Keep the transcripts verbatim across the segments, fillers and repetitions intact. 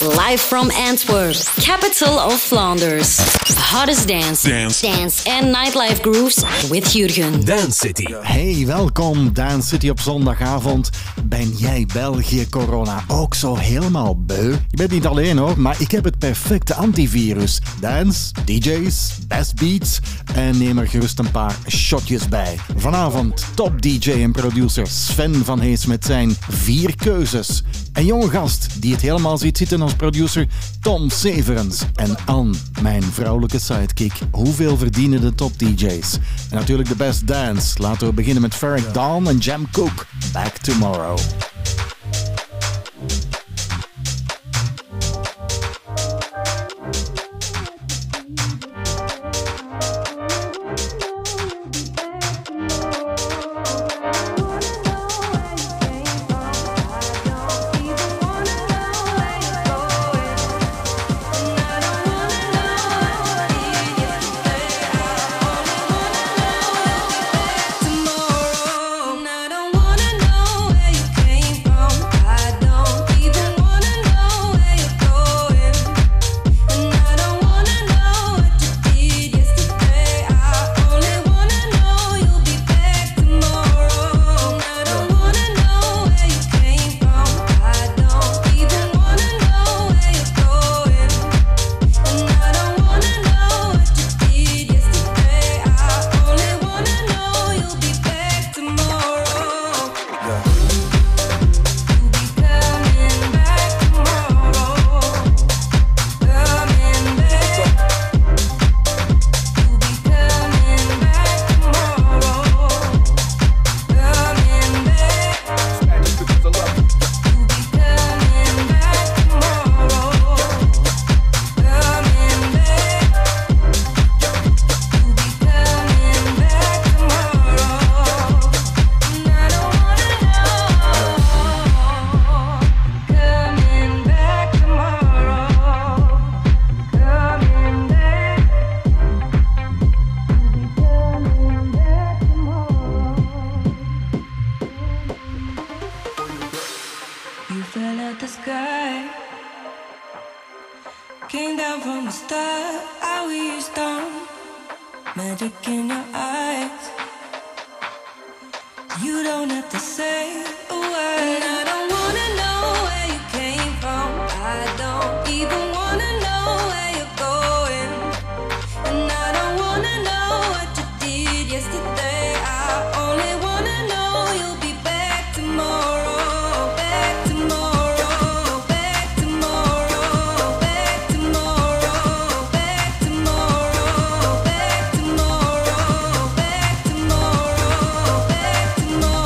Live from Antwerp, capital of Flanders. Hottest dance, dance, dance and nightlife grooves with Jurgen. Dance City. Hey, welkom Dance City op zondagavond. Ben jij België corona ook zo helemaal beu? Je bent niet alleen hoor, maar ik heb het perfecte antivirus. Dance, D J's, best beats en neem er gerust een paar shotjes bij. Vanavond top D J en producer Sven van Hees met zijn vier keuzes. Een jonge gast die het helemaal ziet zitten als producer Tom Severens. En Anne, mijn vrouwelijke sidekick. Hoeveel verdienen de top D J's? En natuurlijk de best dance. Laten we beginnen met Ferric Dawn en Jam Cook. Back Tomorrow.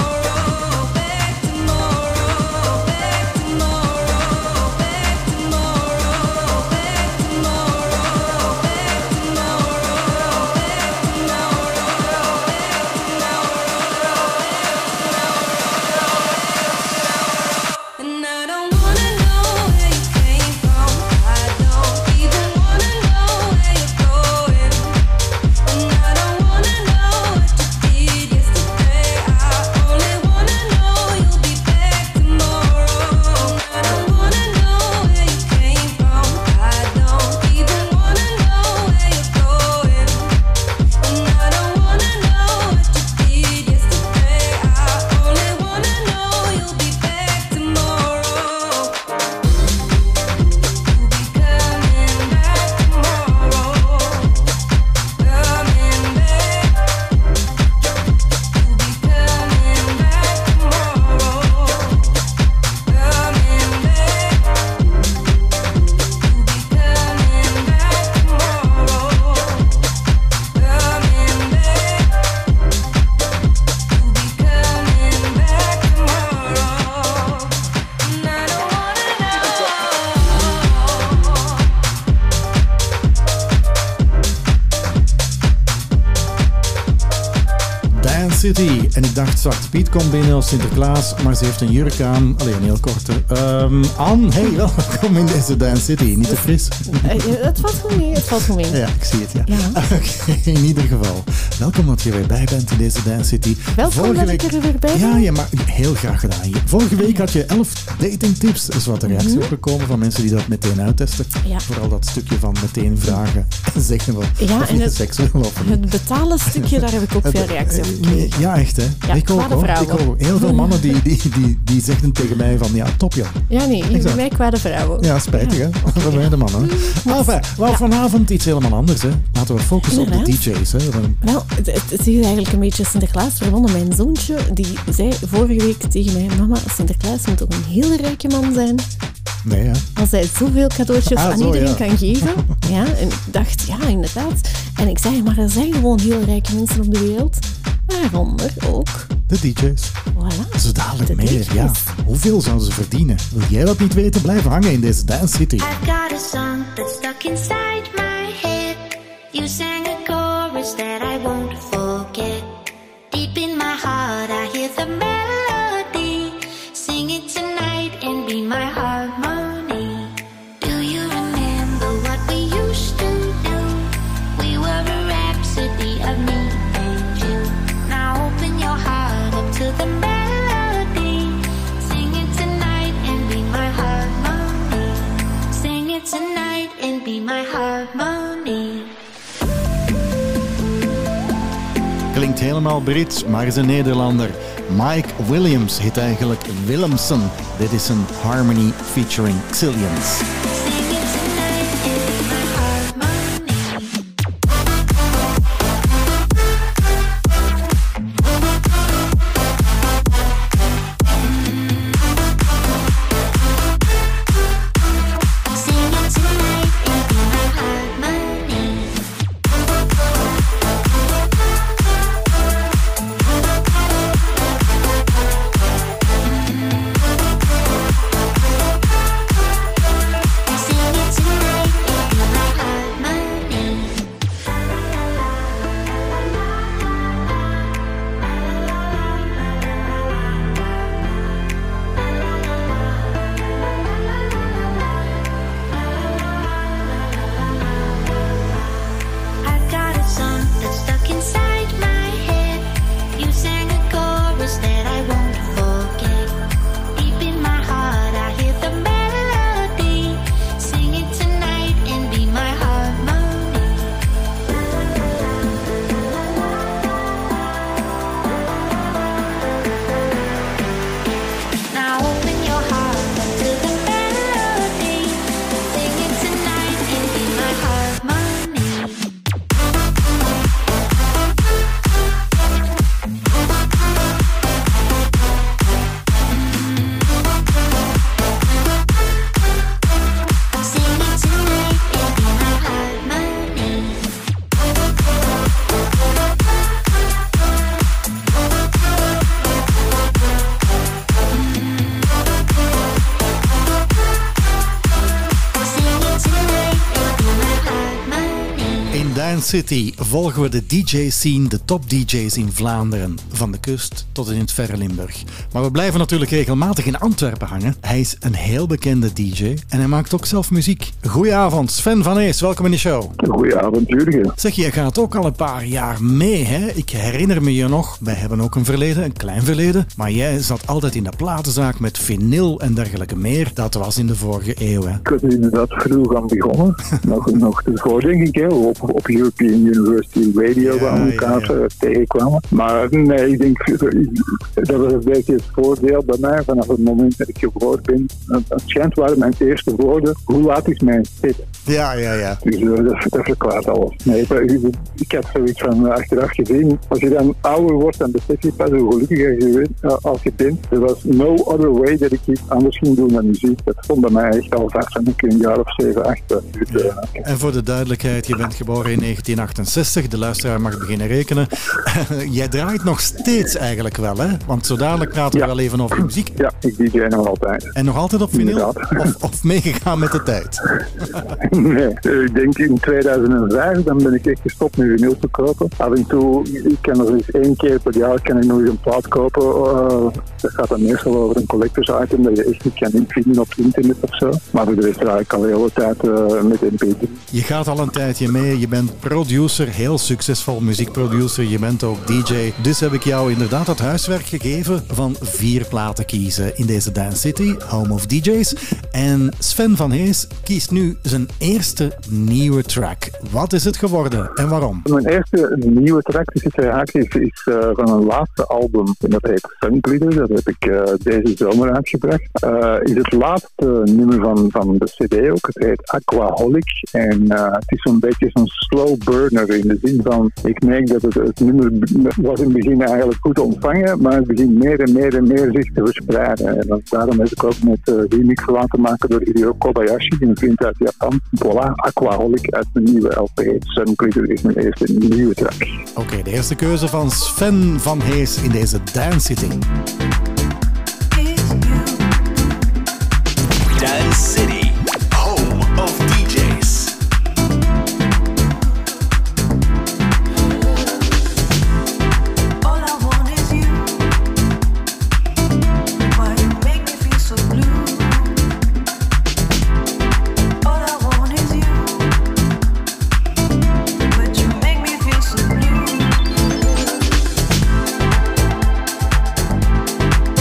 Tomorrow Dance City. En ik dacht, Zwarte Piet komt binnen als Sinterklaas, maar ze heeft een jurk aan. Alleen een heel korte. Um, Anne, hey, welkom in deze Dance City. Niet te fris? Uh, het valt goed mee, het valt goed mee. Ja, ik zie het, ja. ja. Oké, okay, in ieder geval. Welkom dat je weer bij bent in deze Dance City. Welkom Vorige dat week... ik er weer bij ben. Ja, ja, maar heel graag gedaan. Vorige week had je elf datingtips. Dat is wat de reactie mm-hmm. opgekomen van mensen die dat meteen uittesten. Ja. Vooral dat stukje van meteen vragen en zeggen wat. Ja, en het, seksueel of niet. Het betalen stukje, daar heb ik ook veel reactie op gekregen. Ja, echt hè. Ja, ik ook hoor. Ik ook. Heel veel mannen die, die, die, die zeggen tegen mij van ja, top joh. Ja, nee, hier bij mij kwade vrouwen. Ja, spijtig ja. hè. Okay. Voor mij de mannen. Maar enfin, wel, ja. vanavond iets helemaal anders hè. Laten we focussen Inderdaad. op de D J's. Hè. Wel, het, het, het is eigenlijk een beetje Sinterklaas verwonnen. Mijn zoontje, die zei vorige week tegen mij, mama, Sinterklaas moet toch een heel rijke man zijn? Nee, ja. Als hij zoveel cadeautjes ah, aan zo, iedereen ja. kan geven. Ja, en ik dacht, ja, inderdaad. En ik zei, maar er zijn gewoon heel rijke mensen op de wereld. Waaronder ook de D J's. Voilà. Zo dadelijk de meer, D J's. ja. Hoeveel zouden ze verdienen? Wil jij dat niet weten? Blijf hangen in deze Dance City. I've got a song that's stuck inside my head. You sang a chorus that I won't forget. Deep in my heart I hear the melody. Sing it tonight and be my harmony. Do you remember what we used to do? We were a rhapsody of me and you. Now open your heart up to the melody. Sing it tonight and be my harmony. Sing it tonight and be my harmony. Klinkt helemaal Brits, maar is een Nederlander. Mike Williams heet eigenlijk Willemsen. Dit is een Harmony featuring Xillions. City volgen we de D J-scene, de top-D J's in Vlaanderen. Van de kust tot in het verre Limburg. Maar we blijven natuurlijk regelmatig in Antwerpen hangen. Hij is een heel bekende D J en hij maakt ook zelf muziek. Goedenavond, Sven van Ees, welkom in de show. Goedenavond, Jurgen. Zeg, je gaat ook al een paar jaar mee, hè? Ik herinner me je nog, wij hebben ook een verleden, een klein verleden. Maar jij zat altijd in de platenzaak met vinyl en dergelijke meer. Dat was in de vorige eeuw, hè? Ik was er inderdaad vroeg aan begonnen. nog, nog ervoor, denk ik, hè? Op, op European University Radio ja, waar we elkaar ja, ja. tegenkwamen. Maar nee, ik denk, dat was een beetje het voordeel bij mij vanaf het moment dat ik geboren ben. Het schijnt waren mijn eerste woorden, hoe laat is mijn tijd? Ja, ja, ja. Dus uh, dat, dat verklaart alles. Nee, ik, ik heb zoiets van uh, achteraf gezien. Als je dan ouder wordt, dan besef je pas hoe gelukkiger je bent uh, als je bent. Er was no other way dat ik iets anders ging doen dan muziek. Dat stond bij mij echt al vast. En ik een jaar of zeven, acht. Dus, uh, en voor de duidelijkheid, je bent geboren in negentien achtenzestig. De luisteraar mag beginnen rekenen. Jij draait nog steeds eigenlijk wel, hè? Want zo dadelijk praten we Ja. wel even over muziek. Ja, ik D J nog altijd. En nog altijd op vinyl? Inderdaad. Of, of meegegaan met de tijd? Nee, ik denk in tweeduizend vijf, dan ben ik echt gestopt met vinyl te kopen. Af en toe, ik kan er eens één keer per jaar kan ik nog eens een plaat kopen. Uh, dat gaat dan meestal over een collectors item dat je echt niet kan vinden op het internet of zo. Maar voor de rest draai ik al de hele tijd uh, met M P drie. Je gaat al een tijdje mee. Je bent producer, heel succesvol muziekproducer. Je bent ook D J. Dus heb ik jou inderdaad het huiswerk gegeven van vier platen kiezen in deze Dance City, Home of D J's. En Sven van Hees kiest nu zijn eerste nieuwe track. Wat is het geworden en waarom? Mijn eerste nieuwe track die zit haakjes is, is uh, van een laatste album. En dat heet Sunglitter. Dat heb ik uh, deze zomer uitgebracht. Uh, is het laatste nummer van, van de C D ook. Het heet Aquaholic. En uh, het is zo'n beetje zo'n slow burner in de zin van... Ik merk dat het, het nummer was in het begin eigenlijk goed ontvangen, maar het begint meer en meer en meer zich te verspreiden. En dat, daarom heb ik ook met uh, remix laten maken door Hideo Kobayashi, een vriend uit Japan. Voilà, Aquaholic uit mijn nieuwe L P. Sunglitter is mijn eerste nieuwe track. Oké, okay, de eerste keuze van Sven van Hees in deze Dance City. Dance City, home of D J's. Thank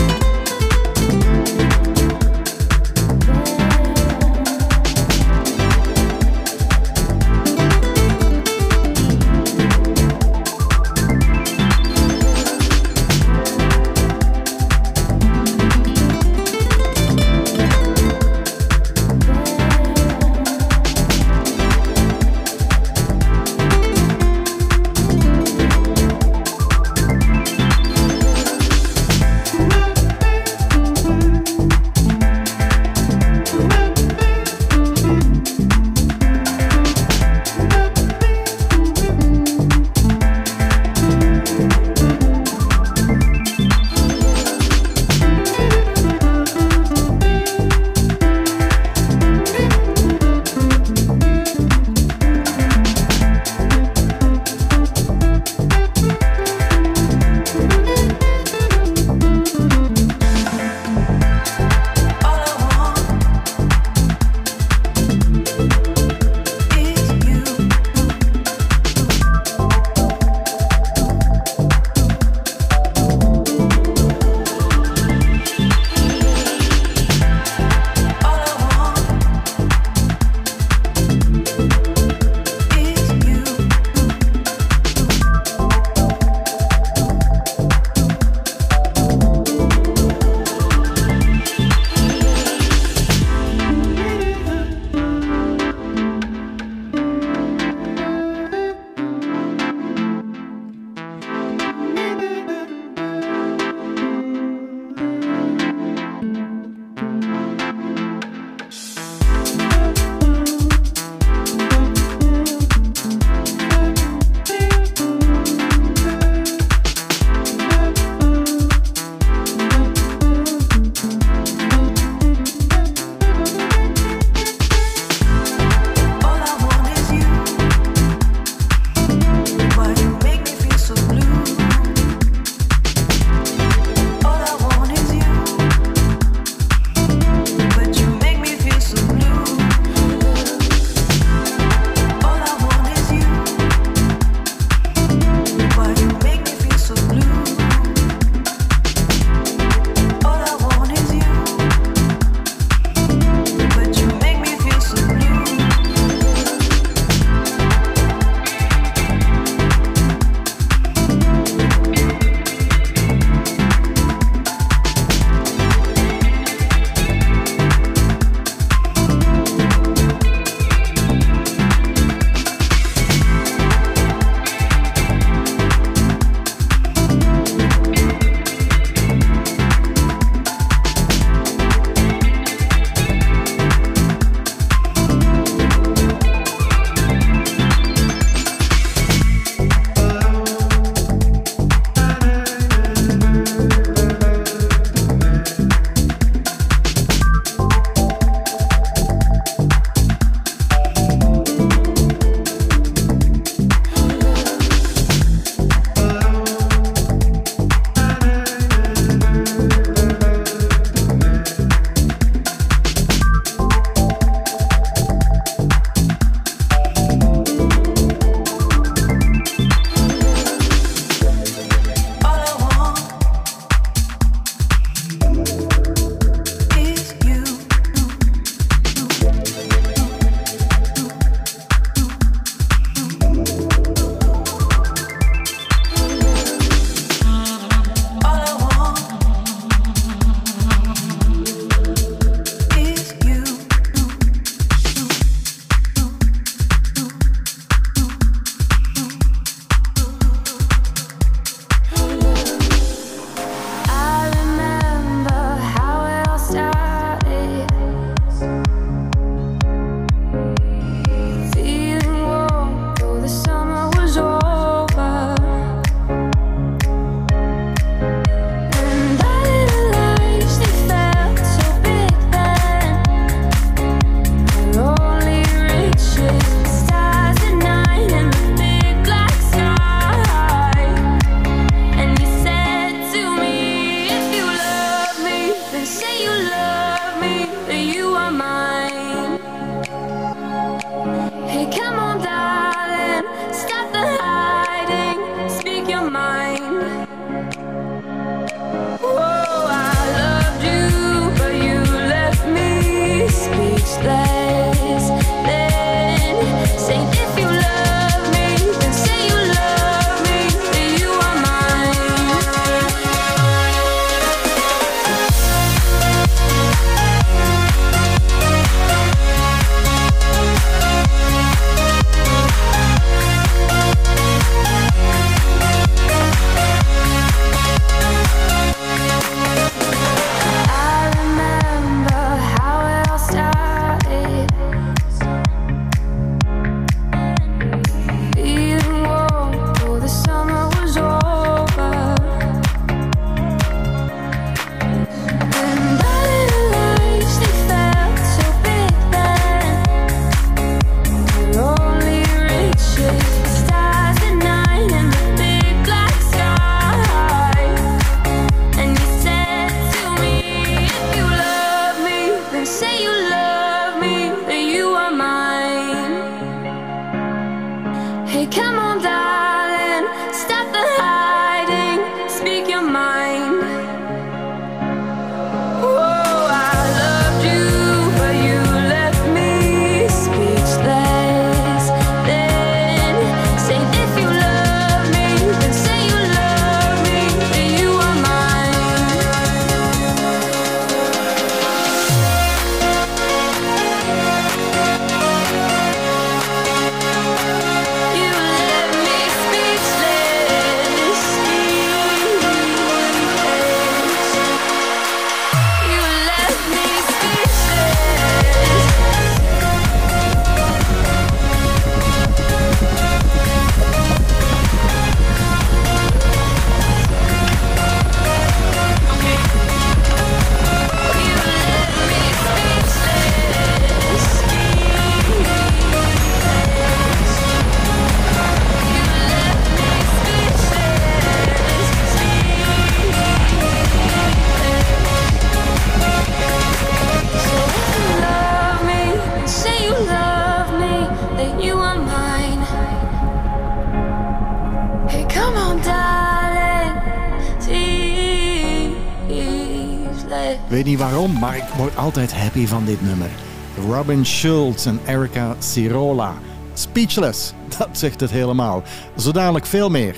Weet niet waarom, maar ik word altijd happy van dit nummer. Robin Schulz en Erica Cirola. Speechless, dat zegt het helemaal. Zo dadelijk veel meer.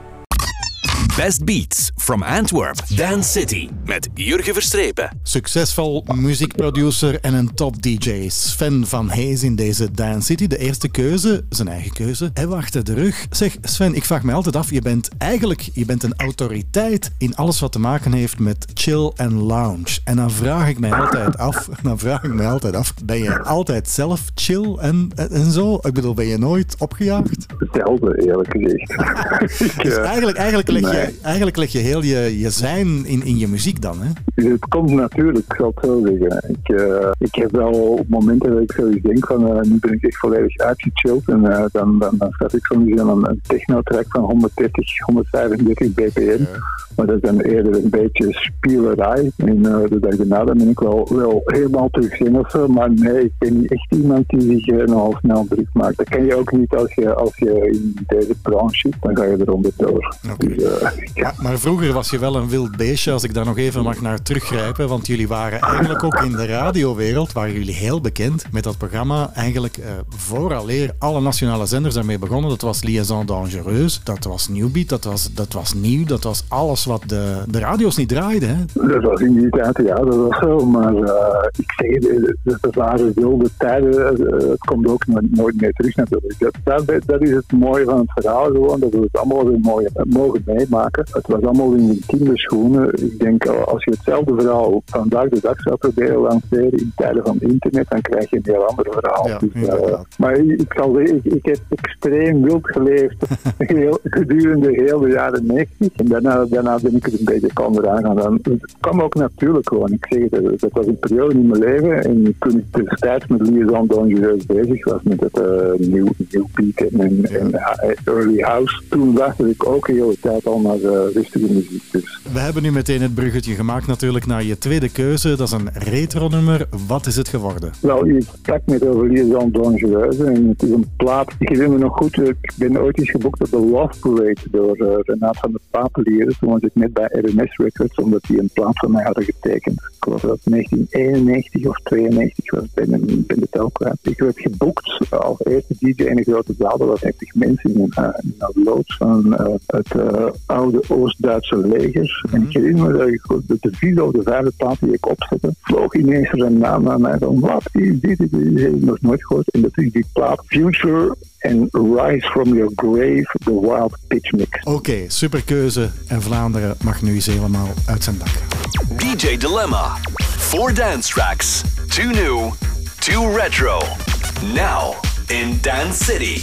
Best Beats from Antwerp, Dance City met Jurgen Verstrepen. Succesvol muziekproducer en een top-D J. Sven van Hees in deze Dance City. De eerste keuze, zijn eigen keuze, hebben we achter de rug. Zeg Sven, ik vraag me altijd af, je bent eigenlijk je bent een autoriteit in alles wat te maken heeft met chill en lounge. En dan vraag ik mij altijd af, dan vraag ik mij altijd af, ben je altijd zelf chill en, en zo? Ik bedoel, ben je nooit opgejaagd? Hetzelfde, eerlijk gezegd. ik, dus uh, eigenlijk, eigenlijk leg je nee. Eigenlijk leg je heel je, je zijn in, in je muziek dan, hè? Het komt natuurlijk, ik zal het zo zeggen. Ik, uh, ik heb wel momenten dat ik zoiets denk van, uh, nu ben ik echt volledig uitgechilled. En uh, dan, dan, dan zet ik soms een, een techno-track van honderddertig, honderdvijfendertig B P M. Ja. Maar dat is dan eerder een beetje spielerij. En uh, de dag daarna dan ben ik wel, wel helemaal terugzin of zo. Maar nee, ik ben niet echt iemand die zich uh, nogal snel druk maakt. Dat kan je ook niet als je, als je in deze branche zit. Dan ga je eronder door. Okay. Dus, uh, ja. maar, maar vroeger was je wel een wild beestje, als ik daar nog even mag naar teruggrijpen. Want jullie waren eigenlijk ook in de radiowereld, waren jullie heel bekend met dat programma. Eigenlijk uh, vooraleer alle nationale zenders daarmee begonnen. Dat was Liaison Dangereuse, dat was Newbeat, dat was, dat was nieuw, dat was alles wat de, de radio's niet draaiden. Hè? Dat was in die tijd, ja, dat was zo. Maar uh, ik zeg, dat waren wilde tijden. Uh, het komt ook nooit meer terug natuurlijk. Dat, dat, dat is het mooie van het verhaal gewoon, dat we het allemaal weer mooi mogen meemaken. Het was allemaal in de kinderschoenen. Ik denk, als je hetzelfde verhaal vandaag de dag zou proberen lanceren in tijden van internet, dan krijg je een heel ander verhaal. Ja, dus, uh, maar ik, ik zal zeggen, ik, ik heb extreem wild geleefd heel, gedurende heel de jaren negentig. En daarna, daarna ben ik er een beetje kalmer aan gaan. Het kwam ook natuurlijk gewoon. Ik zeg het, dat was een periode in mijn leven. En toen ik destijds met Liaison Dangereuse bezig was, met het uh, nieuw, nieuw beat en, en uh, early house, toen luisterde ik ook de hele tijd al naar uh, rustige muziek. Dus. We hebben nu meteen het bruggetje gemaakt natuurlijk naar je tweede keuze. Dat is een retro-nummer. Wat is het geworden? Wel, je sprak met over Liaison Dangereuse en het is een plaat. Ik herinner me nog goed, ik ben ooit eens geboekt op de Love Parade door uh, Renaat van der Papelieren. Toen was ik net bij R M S Records, omdat die een plaat van mij hadden getekend. Ik geloof dat het negentien eenennegentig of tweeënnegentig was, ben, ben de tel kwijt. Ik werd geboekt als eerste D J in een grote zaal. Dat was dertig mensen in een, in een loods van uh, het uh, oude Oost-Duitse leger. En ik herinner me dat ik de, de vierde of de vijfde plaat die ik opzette, vloog ineens er een naam naar mij van wat is dit? Dit heb ik nog nooit gehoord. En dat is die plaat Future en Rise From Your Grave, The Wild Pitch Mix. Oké, okay, superkeuze. En Vlaanderen mag nu eens helemaal uit zijn dak. D J Dilemma. Four dance tracks. Two new, two retro. Now in Dance City.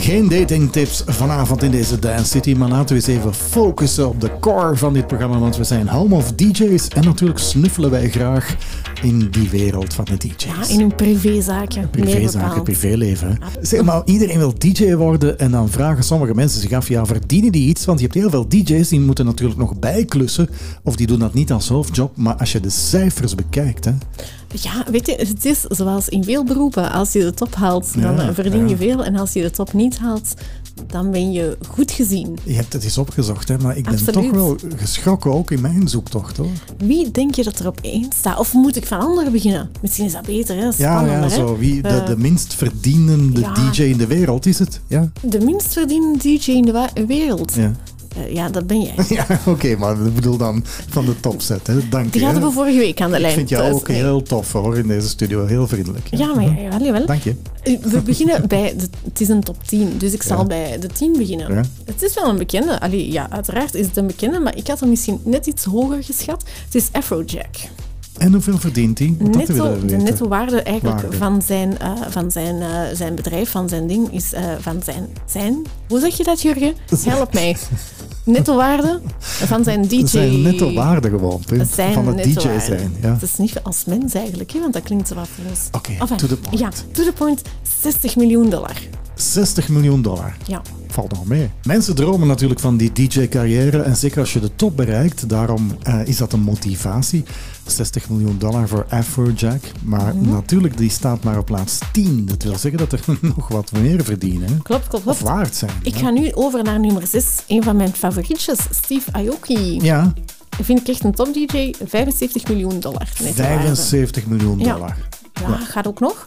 Geen datingtips vanavond in deze Dance City, maar laten we eens even focussen op de core van dit programma, want we zijn home of D J's en natuurlijk snuffelen wij graag in die wereld van de D J's. Ja, in hun privézaken. Privézaken, privéleven. Zeg maar, iedereen wil D J worden en dan vragen sommige mensen zich af, ja, verdienen die iets? Want je hebt heel veel D J's, die moeten natuurlijk nog bijklussen of die doen dat niet als hoofdjob, maar als je de cijfers bekijkt, hè. Ja, weet je, het is zoals in veel beroepen. Als je de top haalt, dan Ja, verdien je ja. veel. En als je de top niet haalt, dan ben je goed gezien. Je hebt het eens opgezocht, hè, maar ik ben Absoluut. toch wel geschrokken, ook in mijn zoektocht, hoor. Wie denk je dat er op één staat? Of moet ik van anderen beginnen? Misschien is dat beter, hè? Ja, Spannender, ja, hè? zo, wie de, Eh, de minst verdienende ja. D J in de wereld is het. Ja, De minst verdienende D J in de wa- wereld. ja. Eh, ja, dat ben jij. ja oké, maar ik bedoel dan van de topset, hè. Dank Die je. hadden hè. we vorige week aan de Ik lijn. vind jou thuis. ook Nee. heel tof, hoor, in deze studio. Heel vriendelijk. Ja, maar ja, jawel, jawel. Dank je. We beginnen bij... De, het is een top tien, dus ik zal Ja. bij de tien beginnen. Ja. Het is wel een bekende. Allee, ja, uiteraard is het een bekende, maar ik had hem misschien net iets hoger geschat. Het is Afrojack. En hoeveel verdient hij? Want dat willen Netto, we de weten. netto waarde eigenlijk Waarde. van, zijn, uh, van zijn, uh, zijn bedrijf, van zijn ding, is uh, van zijn, zijn... Hoe zeg je dat, Jurgen? Help mij. Netto waarde van zijn D J... Zijn netto waarde gewoon, punt. Zijn van het D J netto-waarde. zijn. Ja. Dat is niet als mens eigenlijk, hè, want dat klinkt zo wat voor ons. Oké, Enfin, to the point. Ja, to the point. zestig miljoen dollar. zestig miljoen dollar. Ja. Valt nog mee. Mensen dromen natuurlijk van die D J-carrière en zeker als je de top bereikt, daarom uh, is dat een motivatie. zestig miljoen dollar voor Afrojack, maar Mhm. natuurlijk, die staat maar op plaats tien. Dat wil zeggen dat er nog wat meer verdienen. Hè? Klopt, klopt, Of klopt. waard zijn. Ik hè? ga nu over naar nummer zes. Een van mijn favorietjes, Steve Aoki. Ja, Vind ik echt een top D J. vijfenzeventig miljoen dollar. netto waarde. vijfenzeventig miljoen Ja. dollar. Ja, gaat ook nog.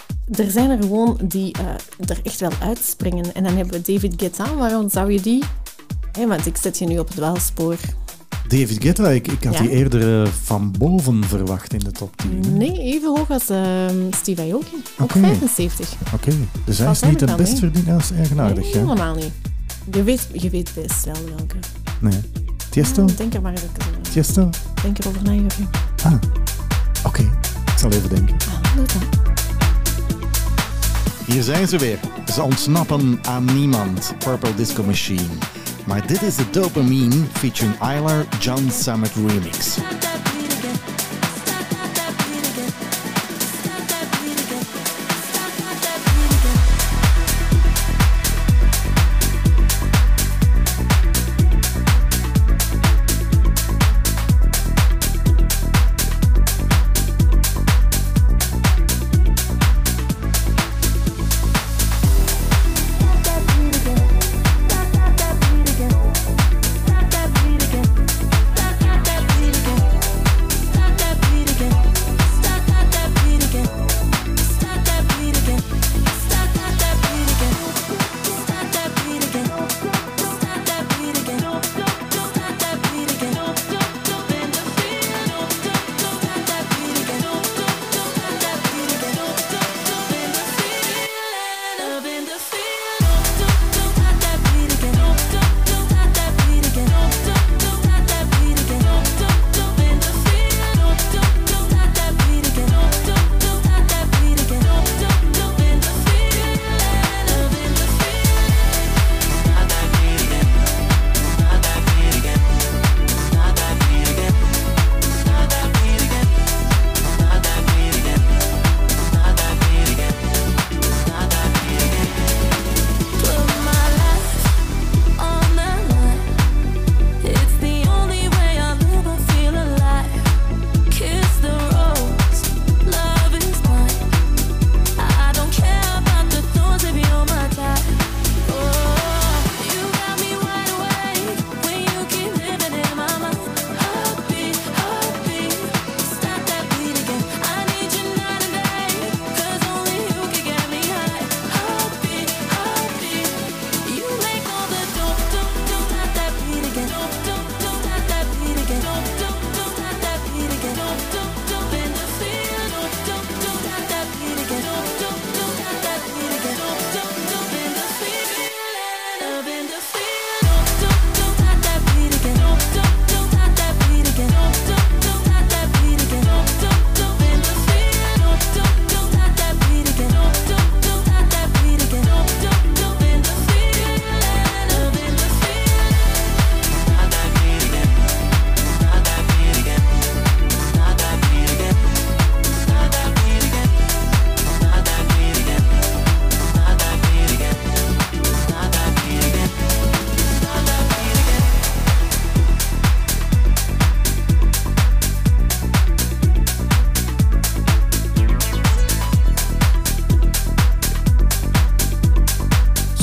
Er zijn er gewoon die uh, er echt wel uitspringen. En dan hebben we David Guetta. Waarom zou je die... Hey, want ik zet je nu op het dwaalspoor. David Guetta, ik, ik had Ja. die eerder uh, van boven verwacht in de top tien. hè? Nee, even hoog als uh, Steve Aoki. Ook Oké. vijfenzeventig. Oké, dus hij Valt is niet de eigenlijk best wel mee. verdiende als eigenaardig. Nee, hè? helemaal niet. Je weet, je weet best wel welke. Nee. Tiesto? Ja, denk er maar even over. Tiesto? Denk erover na, Jurgen. Ah, oké. Ik zal even denken. Ah, doe dat. Hier zijn ze weer. Ze ontsnappen aan niemand. Purple Disco Machine. Maar dit is de Dopamine featuring Aylar John Summit remix.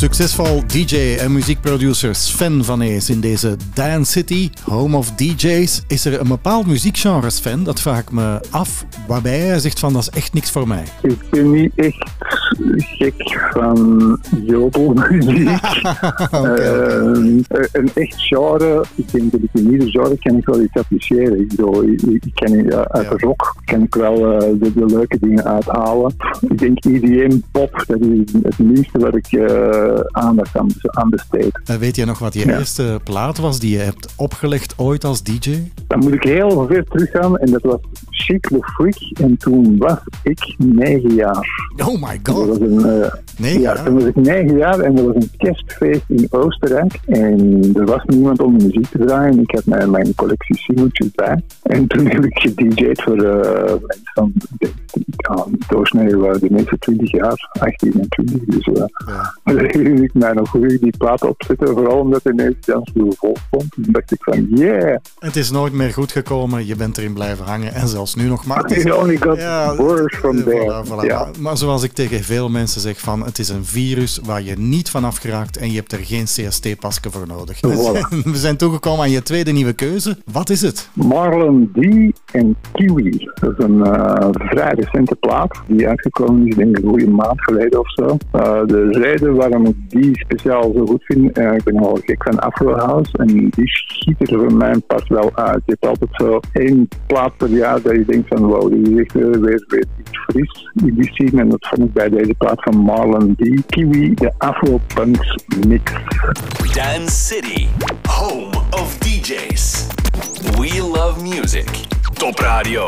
Succesvol D J en muziekproducer Sven van Ees in deze Dance City, home of D J's. Is er een bepaald muziekgenre, Sven? Dat vraag ik me af, waarbij hij zegt van dat is echt niks voor mij. Ik ben niet echt gek van jodelmuziek. okay, uh, een echt genre, ik denk dat ik in ieder genre kan ik wel iets appreciëren. Ik, bedoel, ik, ik kan uh, uit de rock kan ik wel uh, de, de leuke dingen uithalen. Ik denk E D M, pop, dat is het minste wat ik uh, aandacht aan, aan besteed. Uh, weet je nog wat je ja. eerste plaat was die je hebt opgelegd ooit als D J? Dan moet ik heel ver teruggaan en dat was Chic Le Freak en toen was ik negen jaar. Oh my god. Dat was een, uh, negen ja, jaar? toen was ik negen jaar en er was een kerstfeest in Oostenrijk en er was niemand om de muziek te draaien. Ik had mijn, mijn collectie singeltjes bij en toen heb ik gedj'd voor uh, mensen van de, ja, doorsnee waren de meeste twintig jaar, achttien en twintig. Dus uh, ja. dan herinner ik mij nog hoe ik die plaat opzette, vooral omdat er ineens dansvloer vol stond. Toen dacht ik van yeah. Het is nooit meer goed gekomen, je bent erin blijven hangen en zelfs nu nog maar. It only got ja, worse from there. Voilà, voilà. Ja. Maar zoals ik tegen veel mensen zeg van, het is een virus waar je niet van afgeraakt en je hebt er geen C S T-pasje voor nodig. Voilà. We zijn toegekomen aan je tweede nieuwe keuze. Wat is het? Marlon D en Kiwi. Dat is een uh, vrij recente plaat die uitgekomen is, denk ik, een goede maand geleden of zo. Uh, de reden waarom ik die speciaal zo goed vind, uh, ik ben al gek van Afro House en die schiet er voor mijn part wel uit. Je hebt altijd zo één plaat per jaar dat je denkt van wow, die is echt weer, weer, weer iets fris in die scene en dat vond ik bij deze plaat van Marlon D. Kiwi, de Afro Punks mix. Dance City, home of D J's. We love music. Top Radio.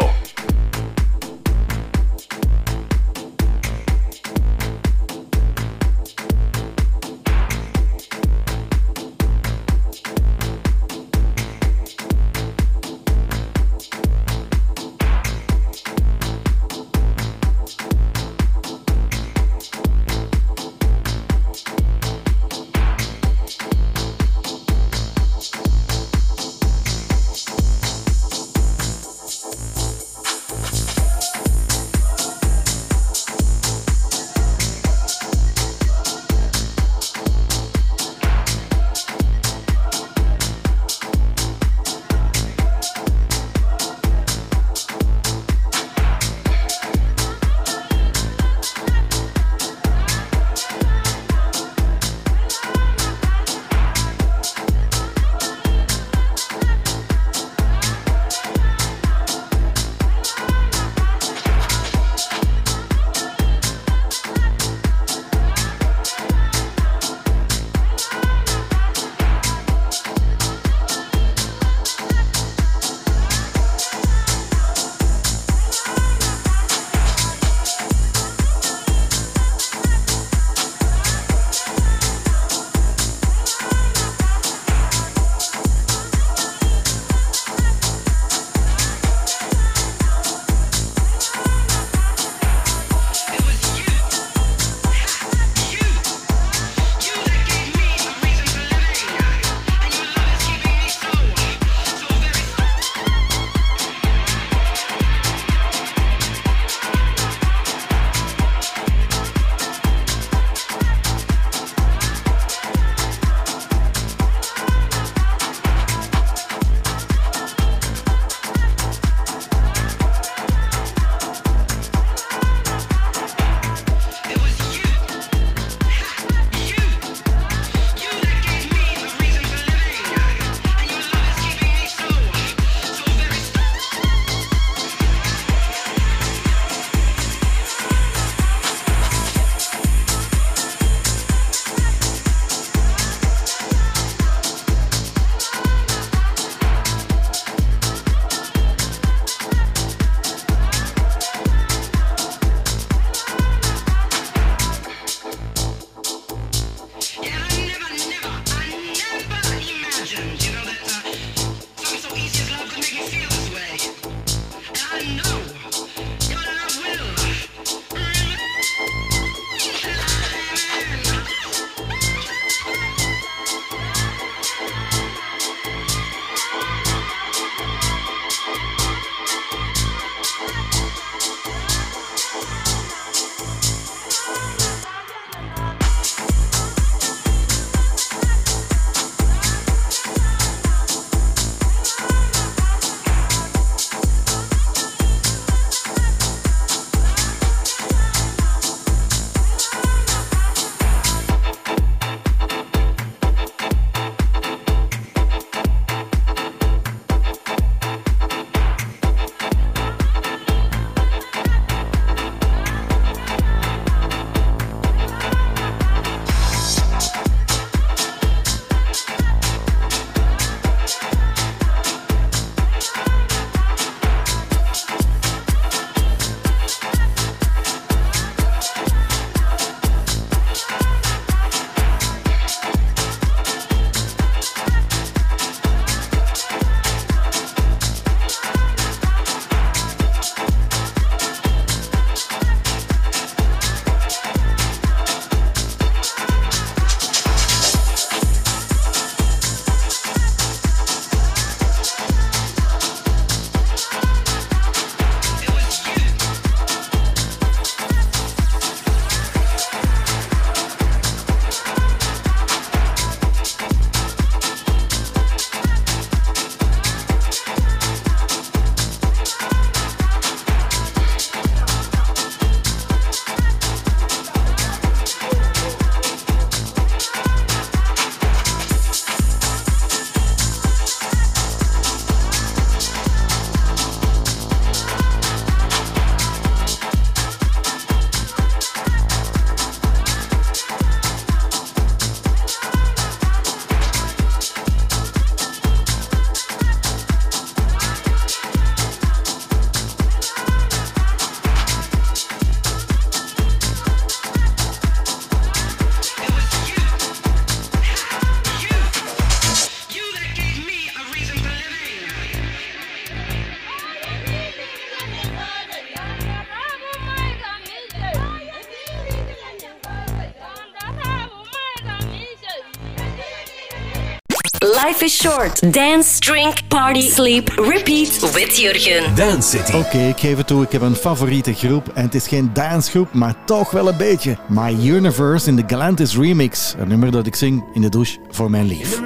Life is short. Dance, drink, party, sleep, repeat with Jurgen. Dance City. Oké, okay, ik geef het toe, ik heb een favoriete groep. En het is geen dancegroep, maar toch wel een beetje. My Universe in de Galantis remix. Een nummer dat ik zing in de douche voor mijn lief.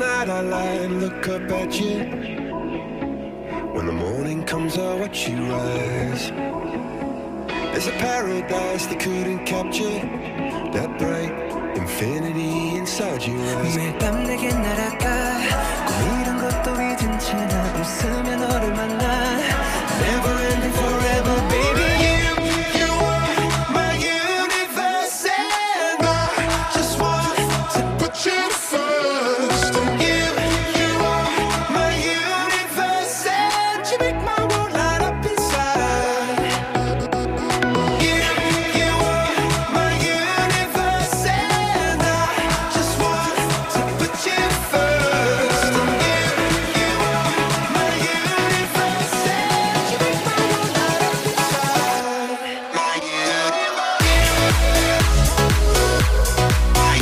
When the morning comes, I watch you rise. There's a paradise they couldn't capture. That bright infinity inside your eyes. 매일 밤 내게 날아가 꿈이란 것도 잊은 채 나 웃으며 너를 만나. Never ending forever, baby. You, you are my universe, and I just want to put you first. You, you are my universe, and you make my world light up inside. You, you are my universe, and I just want to put you first. You, you are my universe, and you make my world light up inside. My universe, my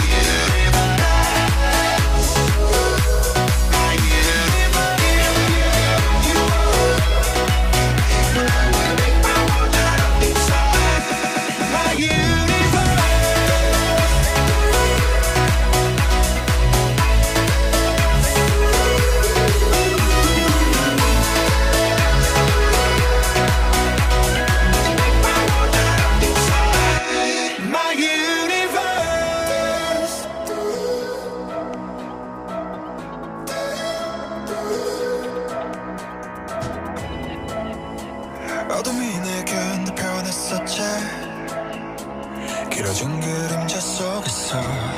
어둠이 내겐 더 변했었지 길어진 그림자 속에서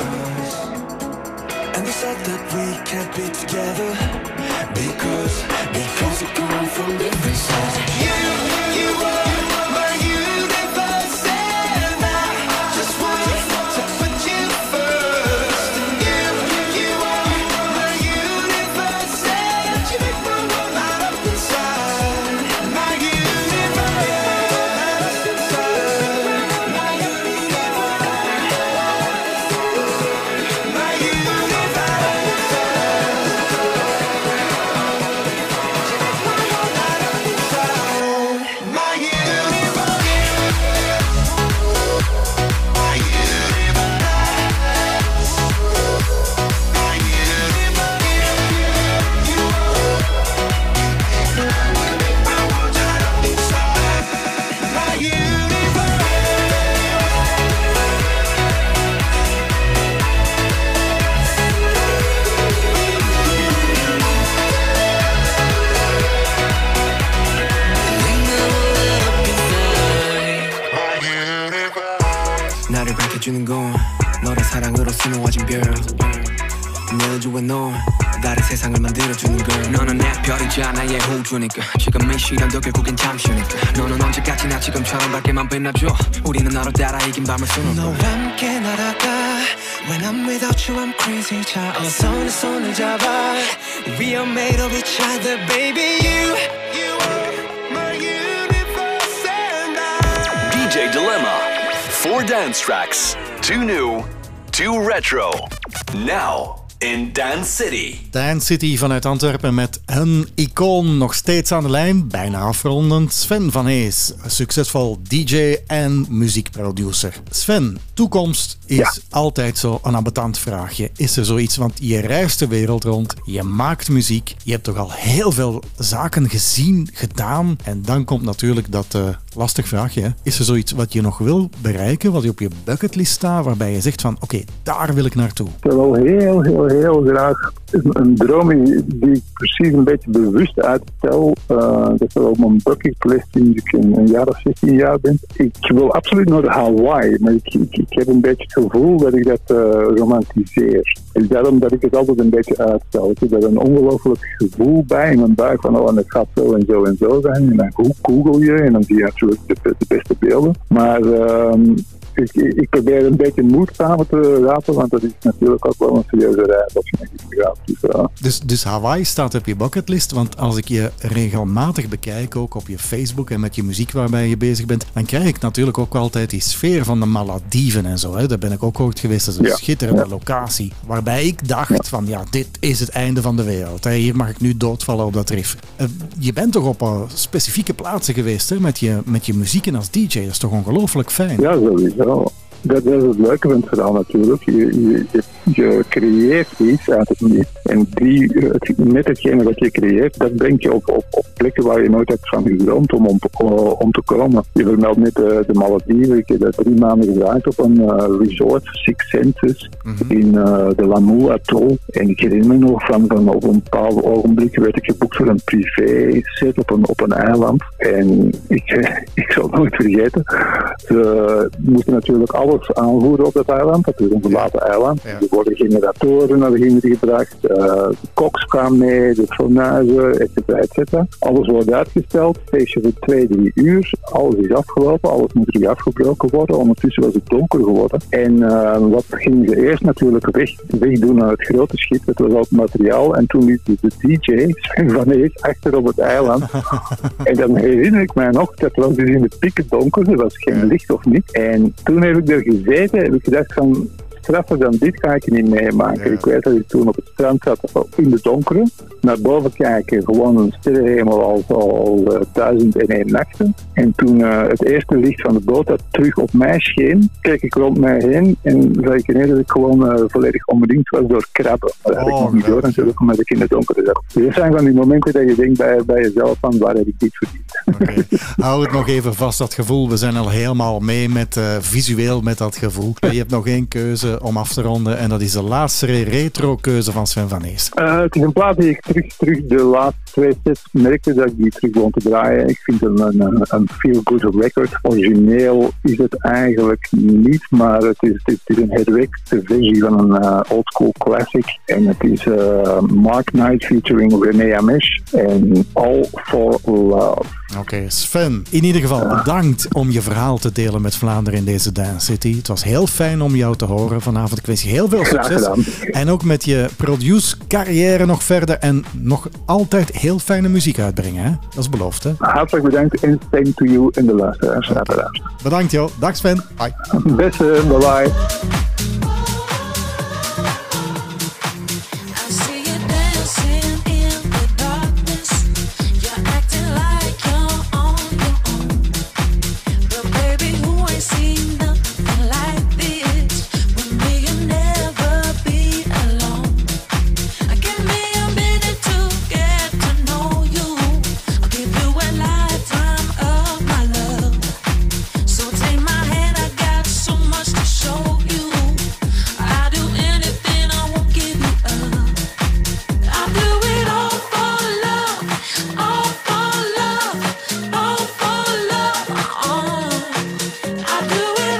And they said that we can't be together Because, because we come from different sides. You, you are my universe, and I just want to put you first. And you, you are my universe, and you make my world light up inside. My universe, my universe, my 나를 밝혀주는 건 너의 사랑으로 수놓아진 별 내 우주에 넌 다른 세상을 만들어주는 걸 너는 내 별이자 나의 호주니까 지금 이 시간도 결국엔 잠시니까 너는 언제까지나 지금처럼 밝게만 빛나줘 우리는 너로 따라 이긴 밤을 수놓고 너와 함께 날아가 When I'm without you I'm crazy 자 어서 내 손을 잡아 We are made of each other baby You, you are my universe and I D J Dilemma. Four dance tracks. Two new, two retro. Now in Dance City. Dance City vanuit Antwerpen met een icoon nog steeds aan de lijn. Bijna afrondend. Sven van Hees, succesvol D J en muziekproducer. Sven, toekomst is ja. altijd zo een ambetant vraagje. Is er zoiets, want je reist de wereld rond, je maakt muziek, je hebt toch al heel veel zaken gezien, gedaan. En dan komt natuurlijk dat uh, lastig vraagje. Hè? Is er zoiets wat je nog wil bereiken, wat je op je bucketlist staat, waarbij je zegt van oké, okay, daar wil ik naartoe? Ik wil heel, heel, heel graag een droom die ik precies een beetje bewust uitstel. Uh, dat is wel op mijn bucketlist sinds ik een, een jaar of zestien jaar ben. Ik wil absoluut naar Hawaii, maar ik, ik, ik heb een beetje het gevoel dat ik dat uh, romantiseer. En daarom dat ik het altijd een beetje uitstel. Ik heb er een ongelooflijk gevoel bij in mijn buik van oh, en het gaat zo en zo en zo zijn. En dan google je en dan zie je natuurlijk de, de beste beelden. Maar uh, ik, ik probeer een beetje moed samen te rapen, want dat is natuurlijk ook wel een serieuze reis als je naar iets gaat. Dus, uh. dus, dus Hawaii staat op je bucketlist, want als ik je regelmatig bekijk, ook op je Facebook en met je muziek waarbij je bezig bent, dan krijg ik natuurlijk ook altijd die sfeer van de Malediven en zo. Hè. Daar ben ik ook ooit geweest. Dat is een ja. schitterende ja. locatie, waarbij ik dacht ja. van ja, dit is het einde van de wereld. Hè. Hier mag ik nu doodvallen op dat rif. Uh, je bent toch op uh, specifieke plaatsen geweest hè, met, je, met je muziek en als D J. Dat is toch ongelooflijk fijn? Ja, sowieso. Dat is het leuke van het verhaal natuurlijk. Je, je, je, je creëert iets uit het niet. En die, het, met hetgene wat je creëert, dat breng je op, op, op plekken waar je nooit hebt van gedroomd om, om, om te komen. Je vermeldt net de, de Malediven. Ik heb dat drie maanden gedraaid op een uh, resort, Six Senses, mm-hmm. in uh, de Lamu Atoll. En ik herinner me nog van, van op een bepaald ogenblik werd ik geboekt voor een privé set op een, op een eiland. En ik, ik zal het nooit vergeten. Ze moesten natuurlijk alles aanvoeren op dat eiland. Dat is een verlaten eiland. Ja. Er worden generatoren naar de hinder gebracht. Uh, de koks gaan mee, de fornuizen, et cetera, et cetera. Alles wordt uitgesteld. Feestje voor twee, drie uur. Alles is afgelopen. Alles moet terug afgebroken worden. Ondertussen was het donker geworden. En uh, wat gingen ze eerst natuurlijk weg, wegdoen naar het grote schip. Dat was al het materiaal. En toen liet de D J Sven Van Ees achter op het eiland. En dan herinner ik mij nog, dat was dus in de pikken donker. Er was geen licht of niet. En toen heb ik er gezeten, heb ik gedacht van, straffer dan dit ga ik niet meemaken. Ja. Ik weet dat ik toen op het strand zat, in de donkere, naar boven kijken, gewoon een sterrenhemel al, al uh, duizend en één nachten. En toen uh, het eerste licht van de boot dat terug op mij scheen, keek ik rond mij heen en zag ik ineens dat ik gewoon uh, volledig omringd was door krabben. Dat had oh, ik nog niet door natuurlijk, omdat ik in de donkere zat. Dus dat zijn van die momenten dat je denkt bij, bij jezelf van, waar heb ik dit verdiend? Okay. Hou het nog even vast, dat gevoel. We zijn al helemaal mee met uh, visueel met dat gevoel. Je hebt nog één keuze om af te ronden en dat is de laatste retro-keuze van Sven Van Ees. Uh, het is een plaat die ik terug, terug de laatste twee sets merkte dat ik die terug begon te draaien. Ik vind het een, een, een feel-good record. Origineel is het eigenlijk niet, maar het is, het is een herwerkte versie van een uh, old-school classic. En het is uh, Mark Knight featuring René Amesh en All for Love. Oké, okay, Sven, in ieder geval bedankt om je verhaal te delen met Vlaanderen in deze Dance City. Het was heel fijn om jou te horen vanavond. Ik wens je heel veel succes. En ook met je produce carrière nog verder en nog altijd heel fijne muziek uitbrengen. Hè? Dat is beloofd, hè? Hartelijk bedankt en same to you in de luisteraars. Okay. Bedankt, joh. Dag Sven. Bye. Beste, bye bye. I do it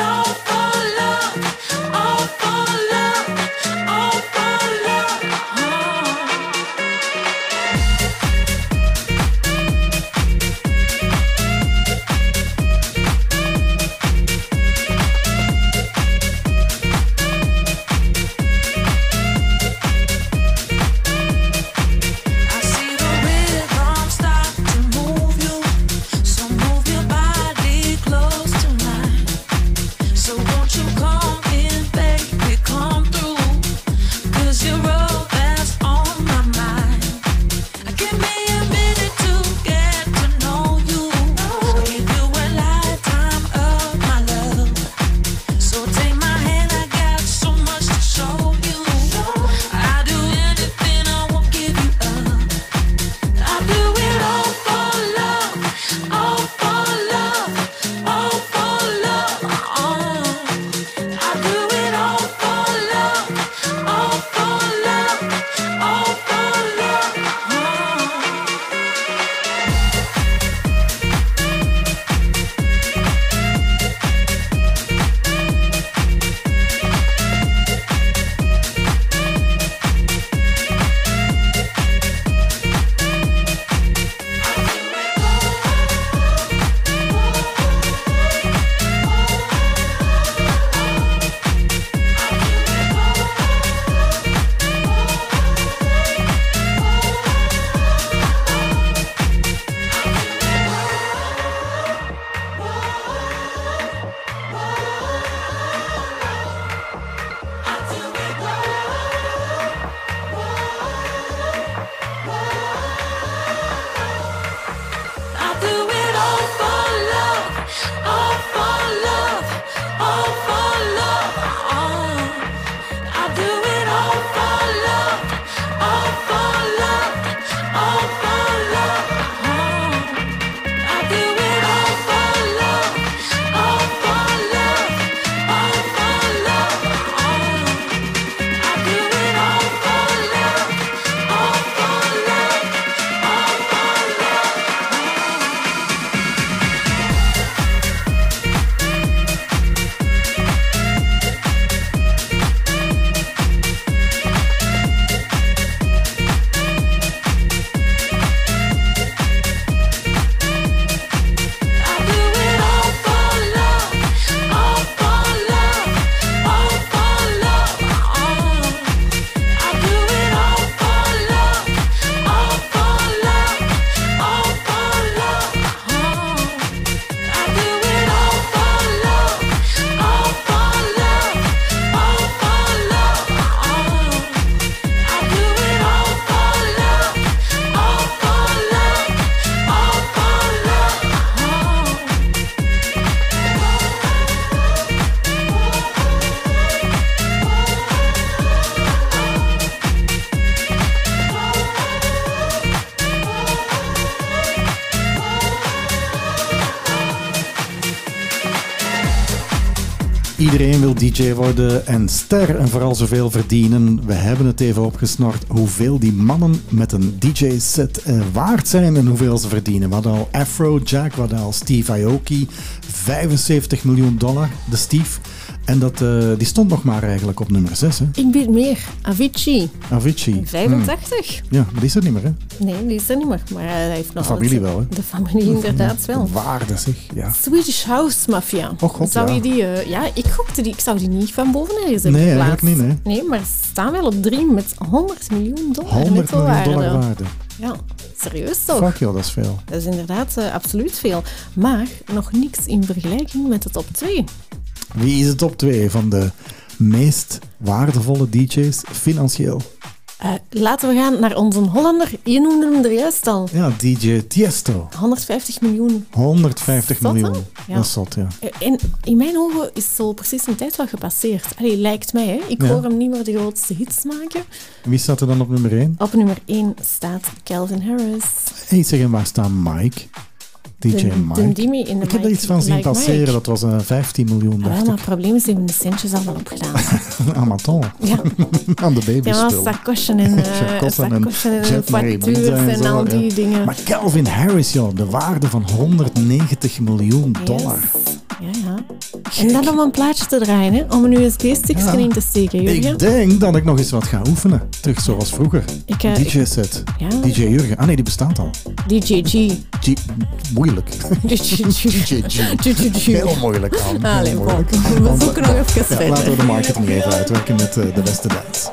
Iedereen wil D J worden en ster en vooral zoveel verdienen. We hebben het even opgesnort hoeveel die mannen met een D J-set eh, waard zijn en hoeveel ze verdienen. We hadden al Afrojack, we hadden al Steve Aoki, vijfenzeventig miljoen dollar, de Steve. En dat, uh, die stond nog maar eigenlijk op nummer zes. Hè? Ik weet meer. Avicii. Avicii. vijfentachtig. Hmm. Ja, maar die is er niet meer, hè? Nee, die is er niet meer. Maar hij heeft nog de familie altijd... wel, hè? De familie inderdaad wel. Waarde, zeg. Ja. Swedish House Mafia. Oh god, zou ja. je die... Uh, ja, ik gokte die. Ik zou die niet van boven ergens hebben Nee, geplaatst. eigenlijk niet, nee. Nee, maar ze staan wel op drie met honderd miljoen dollar. honderd miljoen waarde. dollar waarde. Ja, serieus toch? Fuck joh, dat is veel. Dat is inderdaad uh, absoluut veel. Maar nog niks in vergelijking met de top twee. Wie is de top twee van de meest waardevolle D J's financieel? Uh, laten we gaan naar onze Hollander. Je noemde hem er juist al. Ja, D J Tiesto. honderdvijftig miljoen. honderdvijftig Zot, miljoen. ja. Dat is zot, ja. En in mijn ogen is zo precies een tijd wel gepasseerd. Allee, lijkt mij, hè. Ik Ja. hoor hem niet meer de grootste hits maken. Wie staat er dan op nummer één? Op nummer één staat Calvin Harris. Hey, zeg, en waar staat Mike? D J De- Mike. de Dimi in de Ik heb er Mike- iets van zien Like passeren, Mike. dat was uh, vijftien miljoen, Ah, wel, dacht maar ik. het probleem is, die hebben de centjes al wel opgedaan. Ah, maar toch. Ja. Aan de baby Ja, spul. sacochen en, uh, Sacochen en sacochen en Jet Marie factures Benza en zo, al die ja. dingen. Maar Calvin Harris, joh, de waarde van honderdnegentig miljoen dollar. Yes. Ja, ja. En dan om een plaatje te draaien, hè? Om een U S B-stickje Ja. in te steken, Jurgen. Ik denk dat ik nog eens wat ga oefenen. Terug zoals vroeger. Ik, uh, D J-set. Ja. D J Jurgen. Ah nee, die bestaat al. D J G. G moeilijk. D J G. D J G. Heel moeilijk aan. Heel Allee, bon. moeilijk. We Want, zoeken nog even ja, verder. laten we de marketing even uitwerken met uh, de beste dance.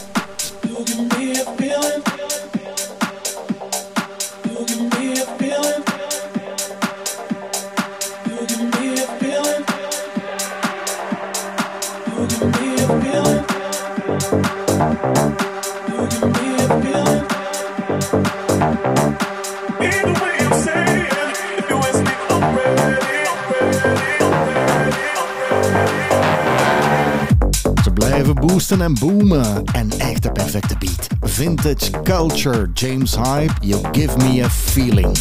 Ze blijven boosten en boomen. En echt de perfecte beat. Vintage culture, James Hype, You Give Me a Feeling.